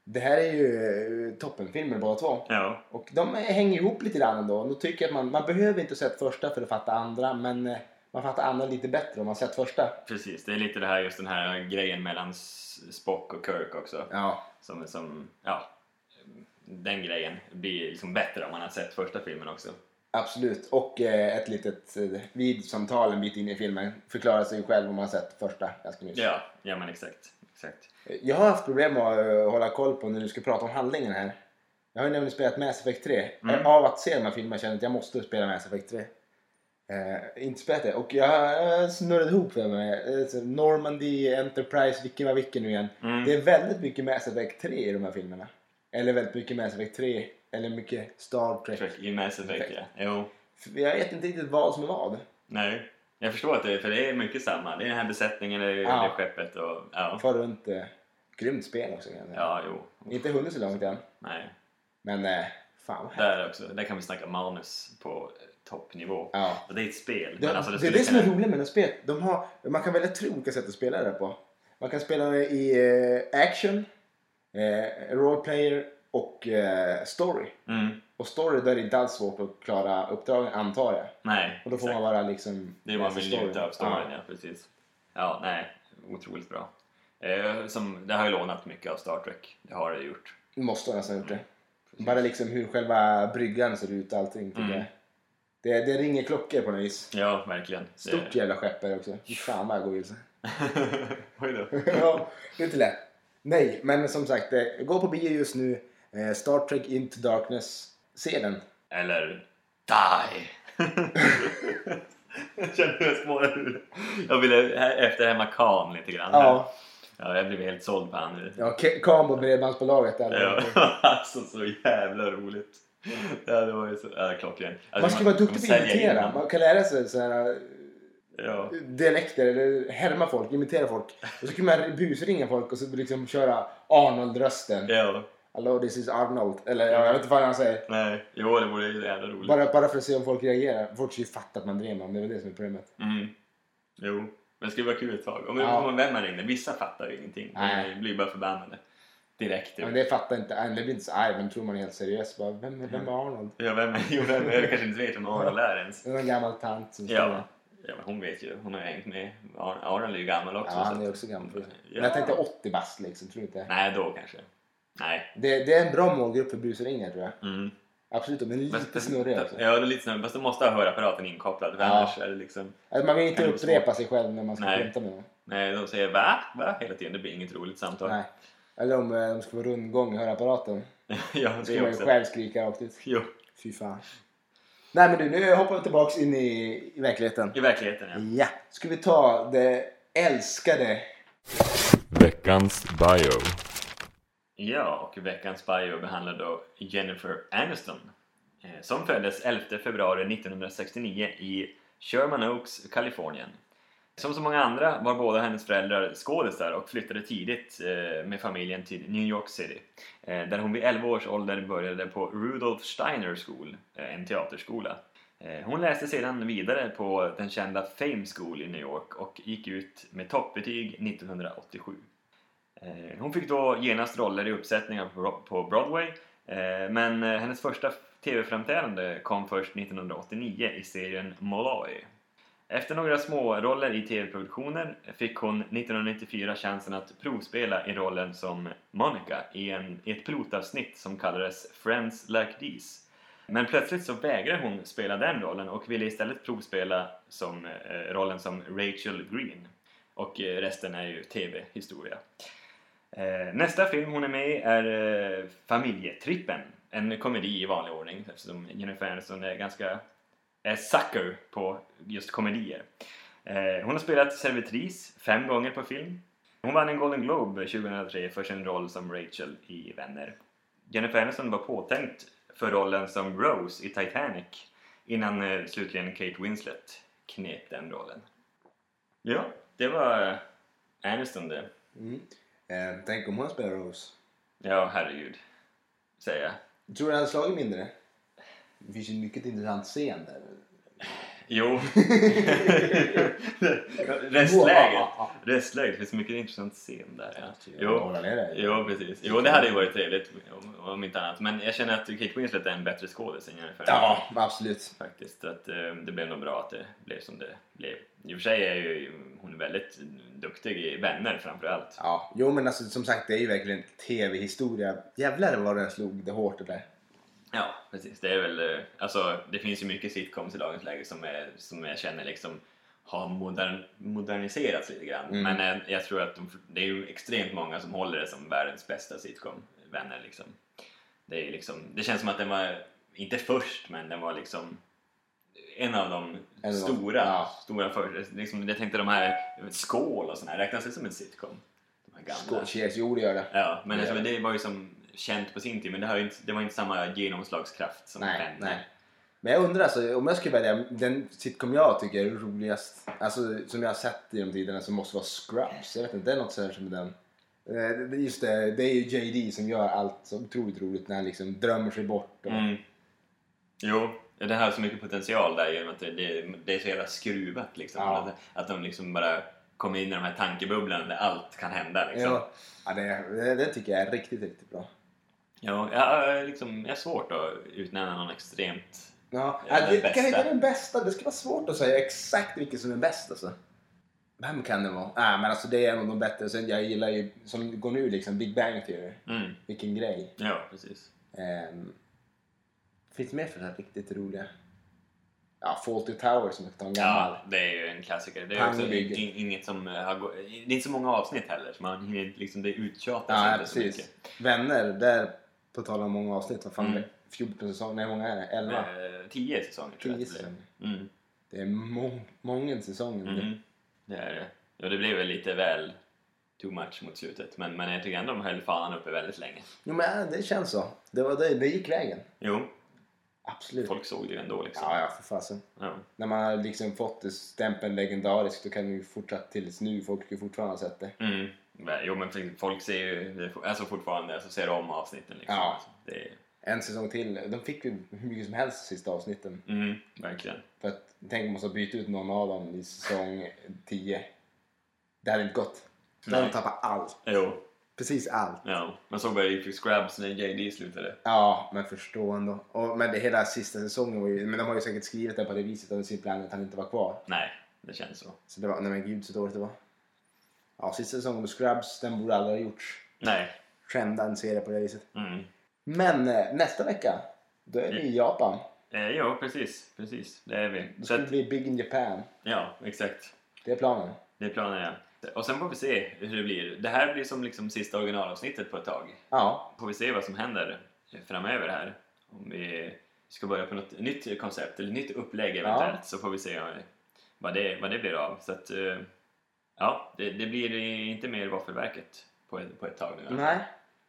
Speaker 1: Det här är ju toppenfilmer båda två.
Speaker 2: Ja.
Speaker 1: Och de hänger ihop lite grann ändå. Då tycker jag att man, man behöver inte sett första för att fatta andra. Men man fattar andra lite bättre om man sett första.
Speaker 2: Precis, det är lite det här, just den här grejen mellan Spock och Kirk också.
Speaker 1: Ja.
Speaker 2: Som, som ja, den grejen blir liksom bättre om man har sett första filmen också.
Speaker 1: Absolut. Och eh, ett litet eh, vidsamtal en bit in i filmen förklarar sig själv om man har sett första ganska nyss.
Speaker 2: Ja, ja men exakt. exakt.
Speaker 1: Jag har haft problem med att uh, hålla koll på när du ska prata om handlingen här. Jag har ju nämligen spelat Mass Effect tre. Mm. Av att se de här filmerna känner jag att jag måste spela Mass Effect tre. Uh, inte spelat det. Och jag har uh, snurrat ihop för mig. Uh, Normandy, Enterprise, vilken var vilken nu igen. Mm. Det är väldigt mycket Mass Effect tre i de här filmerna. Eller väldigt mycket Mass Effect tre. Eller mycket Star Trek.
Speaker 2: Trek i Mass Effect, Effect. Ja. Jo.
Speaker 1: Jag vet inte riktigt vad som är vad.
Speaker 2: Nej, jag förstår att det är, för det är mycket samma. Det är den här besättningen, det är ja. det skeppet och... Ja.
Speaker 1: Far runt... Uh, grymt spel också.
Speaker 2: Ja, jo.
Speaker 1: Inte hunnit så långt än.
Speaker 2: Nej.
Speaker 1: Men eh, fan vad
Speaker 2: där också. Där kan vi snacka manus på toppnivå.
Speaker 1: Ja.
Speaker 2: Och det är ett spel.
Speaker 1: Det,
Speaker 2: men alltså det,
Speaker 1: det är det som är roligt med det spelet. De har, man kan välja tre olika sätt att spela det på. Man kan spela det i eh, action, eh, roleplayer och eh, story.
Speaker 2: Mm.
Speaker 1: Och story där är det inte alls svårt att klara uppdragen, antar jag.
Speaker 2: Nej.
Speaker 1: Och då får
Speaker 2: exakt.
Speaker 1: man bara liksom...
Speaker 2: Det är man vill njuta av storyn, ja. ja precis. Ja, nej. Otroligt bra. Eh, som, det har ju lånat mycket av Star Trek. Det har det gjort.
Speaker 1: Måste nästan gjort det. Mm. Bara liksom hur själva bryggan ser ut och allting. Mm. Det, det, det ringer klockor på något vis.
Speaker 2: Ja, verkligen.
Speaker 1: Stort det... jävla skeppare också. Fan vad jag går vilse.
Speaker 2: Oj då.
Speaker 1: Ja, det är inte lätt. Nej, men som sagt, gå på bio just nu. Eh, Star Trek Into Darkness. Se den.
Speaker 2: Eller Die. Jag känner hur jag spårar ur. Jag ville efter Emma Khan lite grann.
Speaker 1: Ja.
Speaker 2: Ja, jag blev helt såld på han nu.
Speaker 1: Ja, Khan på bredbandsbolaget.
Speaker 2: Ja, alltså så jävla roligt. Ja, det var ju så ja, klockren. Alltså,
Speaker 1: man ska vara duktig på att imitera. Man kan lära sig så här
Speaker 2: ja.
Speaker 1: dialekter eller härma folk, imitera folk. Och så kan man busringa folk och så liksom köra Arnold-rösten.
Speaker 2: Ja.
Speaker 1: Hello, this is Arnold. Eller ja, jag vet inte vad han säger.
Speaker 2: Nej, jo det vore ju jävla roligt.
Speaker 1: Bara, bara för att se om folk reagerar. Folk ska ju fatta att man drev om, det är väl det som är problemet.
Speaker 2: Mm. Jo, men det skulle vara kul ett tag. Om ja. vem man ringer, vissa fattar ju ingenting. Nej. De blir bara förbannade. Direkt.
Speaker 1: Ja, men det fattar inte, det blir inte så arg, men tror man är helt seriös. Bara, vem, vem är Arnold?
Speaker 2: Ja, vem är, jo, vem är, jag kanske inte vet om Arnold är ens.
Speaker 1: Det är en gammal tant som
Speaker 2: ja. Står ja, men hon vet ju. Hon har hängt med. Arnold är ju gammal också.
Speaker 1: Ja, han är också gammal. Ja. Men jag tänkte åttio bast liksom, tror du inte?
Speaker 2: Nej, då kanske. Nej.
Speaker 1: Det, det är en bra målgrupp för busringar, tror jag.
Speaker 2: Mm.
Speaker 1: Absolut, men lite fast, snurrig också.
Speaker 2: Ja, det är lite snurrig. Fast du måste ha hörapparaten inkopplad. För ja. Annars är det liksom...
Speaker 1: Alltså, man vill inte upprepa sig själv när man ska skämta med någon.
Speaker 2: Nej, de säger va? Va? Hela tiden. Det blir inget roligt samtal.
Speaker 1: Nej. Eller om de ska vara rundgång i hörapparaten.
Speaker 2: Ja, det
Speaker 1: då ska man ju själv skrika rakt ut.
Speaker 2: Jo.
Speaker 1: Fy fan. Nej, men du, nu hoppar vi tillbaka in i, i verkligheten.
Speaker 2: I verkligheten, ja.
Speaker 1: Ja. Ska vi ta det älskade...
Speaker 3: Veckans bio.
Speaker 2: Ja, och veckans bio behandlar då Jennifer Aniston. Som föddes elfte februari nittonhundrasextionio i Sherman Oaks, Kalifornien. Som så många andra var båda hennes föräldrar skådisar och flyttade tidigt med familjen till New York City. Där hon vid elva års ålder började på Rudolph Steiner School, en teaterskola. Hon läste sedan vidare på den kända Fame School i New York och gick ut med toppbetyg nittonhundraåttiosju. Hon fick då genast roller i uppsättningar på Broadway, men hennes första tv-framträdande kom först nittonhundraåttionio i serien Molloy. Efter några små roller i tv-produktioner fick hon nittonhundranittiofyra chansen att provspela i rollen som Monica i, en, i ett pilotavsnitt som kallades Friends Like These. Men plötsligt så vägrade hon spela den rollen och ville istället provspela som eh, rollen som Rachel Green. Och eh, resten är ju tv-historia. Eh, nästa film hon är med i är eh, Familjetrippen. En komedi i vanlig ordning eftersom Jennifer Aniston är ganska är sucker på just komedier. Eh, hon har spelat servitris fem gånger på film. Hon vann en Golden Globe tjugohundratre för sin roll som Rachel i Vänner. Jennifer Aniston var påtänkt för rollen som Rose i Titanic innan eh, slutligen Kate Winslet knep den rollen. Ja, det var Aniston det.
Speaker 1: Mm. Eh, tänk om hon spelar Rose.
Speaker 2: Ja, herregud. Säger jag.
Speaker 1: Jag tror det hade slagit mindre. Det finns ju mycket intressant scen där.
Speaker 2: Jo. Restläget. Restläget. Det finns mycket intressant scen där. Ja. Jo. jo, precis. Jo, det hade ju varit trevligt om inte annat. Men jag känner att Kate Winslet är en bättre skådespelare.
Speaker 1: Ja, absolut.
Speaker 2: Faktiskt. Att, uh, det blev nog bra att det blev som det blev. I och för sig är ju hon väldigt duktig i Vänner framförallt.
Speaker 1: Ja, jo men alltså som sagt det är ju verkligen tv-historia. Jävlar vad den slog det hårt det där.
Speaker 2: Ja, precis. Det är väl, alltså det finns ju mycket sitcoms i dagens läge som, är, som jag känner liksom har modern, moderniserats lite grann. Mm. Men jag, jag tror att de, det är ju extremt många som håller det som världens bästa sitcom, Vänner liksom. Det är liksom, det känns som att den var, inte först, men den var liksom en av de en stora, ja. stora för, liksom, jag tänkte de här Skål och sådär, räknas det som en sitcom? De här gamla.
Speaker 1: Skål, cheers, jo det gör det.
Speaker 2: Ja, men det, alltså, det var ju som känt på sin tid, men det, har ju inte, det var inte samma genomslagskraft som
Speaker 1: nej,
Speaker 2: Vänner.
Speaker 1: Nej. Men jag undrar, alltså, om jag skulle välja den sitcom jag tycker är roligast, alltså som jag har sett i de tiderna, så måste vara Scrubs. Jag vet inte, det är något sådär som den. Just det, det är ju J D som gör allt så otroligt roligt när han liksom drömmer sig bort. Och...
Speaker 2: Mm. Jo, det har så mycket potential där genom att det, det, det är så jävla skruvat liksom.
Speaker 1: Ja.
Speaker 2: Att, att de liksom bara kommer in i de här tankebubblorna där allt kan hända liksom.
Speaker 1: Ja, ja det, det, det tycker jag är riktigt, riktigt bra.
Speaker 2: Ja, jag, liksom, jag är svårt att utnämna någon extremt.
Speaker 1: Ja, ja det kan inte vara den bästa. Det ska vara svårt att säga exakt vilken som är bäst alltså. Vem kan det vara? Nej, men alltså det är nog de bättre. Sen jag gillar ju, som går nu liksom, Big Bang Theory.
Speaker 2: Mm.
Speaker 1: Vilken grej.
Speaker 2: Ja, precis.
Speaker 1: Um, finns det mer för det här riktigt roliga? Ja, Fawlty Towers som är en gammal.
Speaker 2: Ja, det är ju en klassiker. Det är också inget som har gått, det är inte så många avsnitt heller, så man hinner liksom, det uttjatas
Speaker 1: ja,
Speaker 2: inte så mycket.
Speaker 1: Vänner, där på tal om många avsnitt, vad fan mm. fjorton säsonger, nej många är det? elva?
Speaker 2: Eh, tio säsonger tror jag.
Speaker 1: säsonger.
Speaker 2: Mm.
Speaker 1: Det är må- många säsonger.
Speaker 2: Mm. Det är det. Ja, det blev väl lite väl too much mot slutet, men, men jag tycker ändå de höll fanan uppe väldigt länge.
Speaker 1: Jo, men det känns så. Det var det, det gick vägen.
Speaker 2: Jo.
Speaker 1: Absolut.
Speaker 2: Folk såg det ju ändå liksom.
Speaker 1: Ja, ja, för fasen. Ja. När man har liksom fått det stämpeln legendarisk, då kan det ju fortsätta tills nu. Folk ska fortfarande ha sett det.
Speaker 2: Mm. Jo, men folk ser ju alltså fortfarande, alltså ser om avsnitten liksom.
Speaker 1: Ja.
Speaker 2: Alltså, det är...
Speaker 1: En säsong till. De fick ju hur mycket som helst sista avsnitten.
Speaker 2: Mm, verkligen.
Speaker 1: För att, tänk om man måste byta ut någon av dem i säsong tio. Det hade inte gått. Då hade de tappat allt.
Speaker 2: Jo.
Speaker 1: Precis allt.
Speaker 2: Ja, man såg bara i Scrubs när J D slutade.
Speaker 1: Ja, men förstå ändå. Och, men det hela sista säsongen var ju... Men de har ju säkert skrivit det på det viset av sin plan att han inte var kvar.
Speaker 2: Nej, det känns så.
Speaker 1: Så det var... Nej men gud så dåligt det var. Ja, sista säsongen med Scrubs, den borde aldrig ha gjorts.
Speaker 2: Nej.
Speaker 1: Skända en serie på det viset.
Speaker 2: Mm.
Speaker 1: Men eh, nästa vecka, då är vi i Japan.
Speaker 2: Eh, ja, precis. Precis, det är vi.
Speaker 1: Då ska det bli Big in Japan.
Speaker 2: Ja, exakt.
Speaker 1: Det är planen.
Speaker 2: Det är planen, ja. Och sen får vi se hur det blir. Det här blir som liksom sista originalavsnittet på ett tag.
Speaker 1: Ja.
Speaker 2: Får vi se vad som händer framöver här. Om vi ska börja på något nytt koncept eller nytt upplägg eventuellt, ja. Så får vi se vad det, vad det blir av. Så att, ja, det, det blir inte mer Våffelverket på ett, på ett tag nu.
Speaker 1: Nej,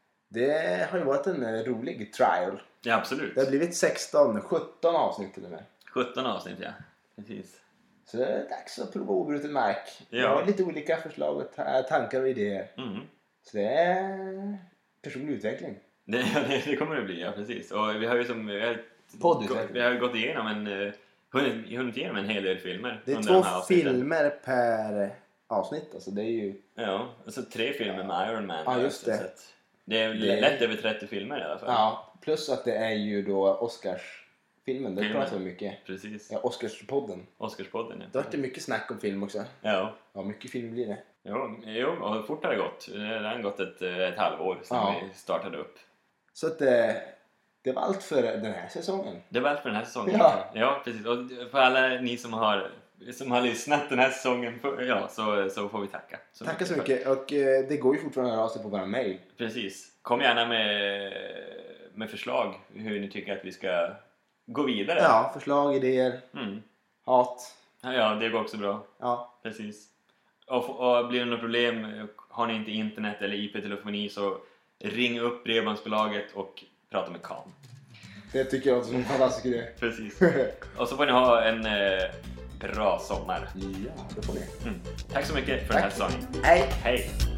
Speaker 1: det har ju varit en rolig trial.
Speaker 2: Ja, absolut.
Speaker 1: Det har blivit sexton, sjutton avsnitt till och med.
Speaker 2: sjutton avsnitt, ja. Precis.
Speaker 1: Så det är dags att prova obruten mark.
Speaker 2: Ja.
Speaker 1: Jag har lite olika förslag och ta- tankar och idéer.
Speaker 2: Mm.
Speaker 1: Så det är personlig utveckling.
Speaker 2: Det, det, det kommer det bli, ja precis. Och vi har ju som... Vi har, gått, vi har gått igenom en... Hunnit, hunnit igenom en hel del filmer.
Speaker 1: Det är två filmer per avsnitt. Alltså det är ju...
Speaker 2: Ja, alltså tre filmer med Iron Man.
Speaker 1: Ja, just det.
Speaker 2: Så det är det lätt är... över trettio filmer i alla fall.
Speaker 1: Ja, plus att det är ju då Oscars-filmen. Det pratar vi mycket.
Speaker 2: Precis.
Speaker 1: Ja, Oscarspodden.
Speaker 2: Oscarspodden, ja.
Speaker 1: Det har varit mycket snack om film också.
Speaker 2: Ja.
Speaker 1: Ja, mycket film blir det.
Speaker 2: Jo, jo och fort har det gått. Det har gått ett, ett halvår sedan ja. vi startade upp.
Speaker 1: Så att det, det var allt för den här säsongen.
Speaker 2: Det var allt för den här säsongen.
Speaker 1: Ja,
Speaker 2: ja precis. Och för alla ni som har, som har lyssnat den här säsongen, för, ja, så, så får vi tacka.
Speaker 1: Så Tackar så mycket. För. Och eh, det går ju fortfarande att höra sig på våra mail.
Speaker 2: Precis. Kom gärna med, med förslag hur ni tycker att vi ska gå vidare.
Speaker 1: Ja, förslag, idéer,
Speaker 2: mm.
Speaker 1: hat.
Speaker 2: Ja, det går också bra.
Speaker 1: Ja.
Speaker 2: Precis. Och, och blir det något problem, har ni inte internet eller I P-telefoni, så ring upp bredbandsbolaget och prata med Kan.
Speaker 1: Det tycker jag också är en fantastisk idé.
Speaker 2: Precis. Och så får ni ha en eh, bra sommar.
Speaker 1: Ja, det får ni.
Speaker 2: Mm. Tack så mycket för Tack. den här säsongen.
Speaker 1: Hej.
Speaker 2: Hej.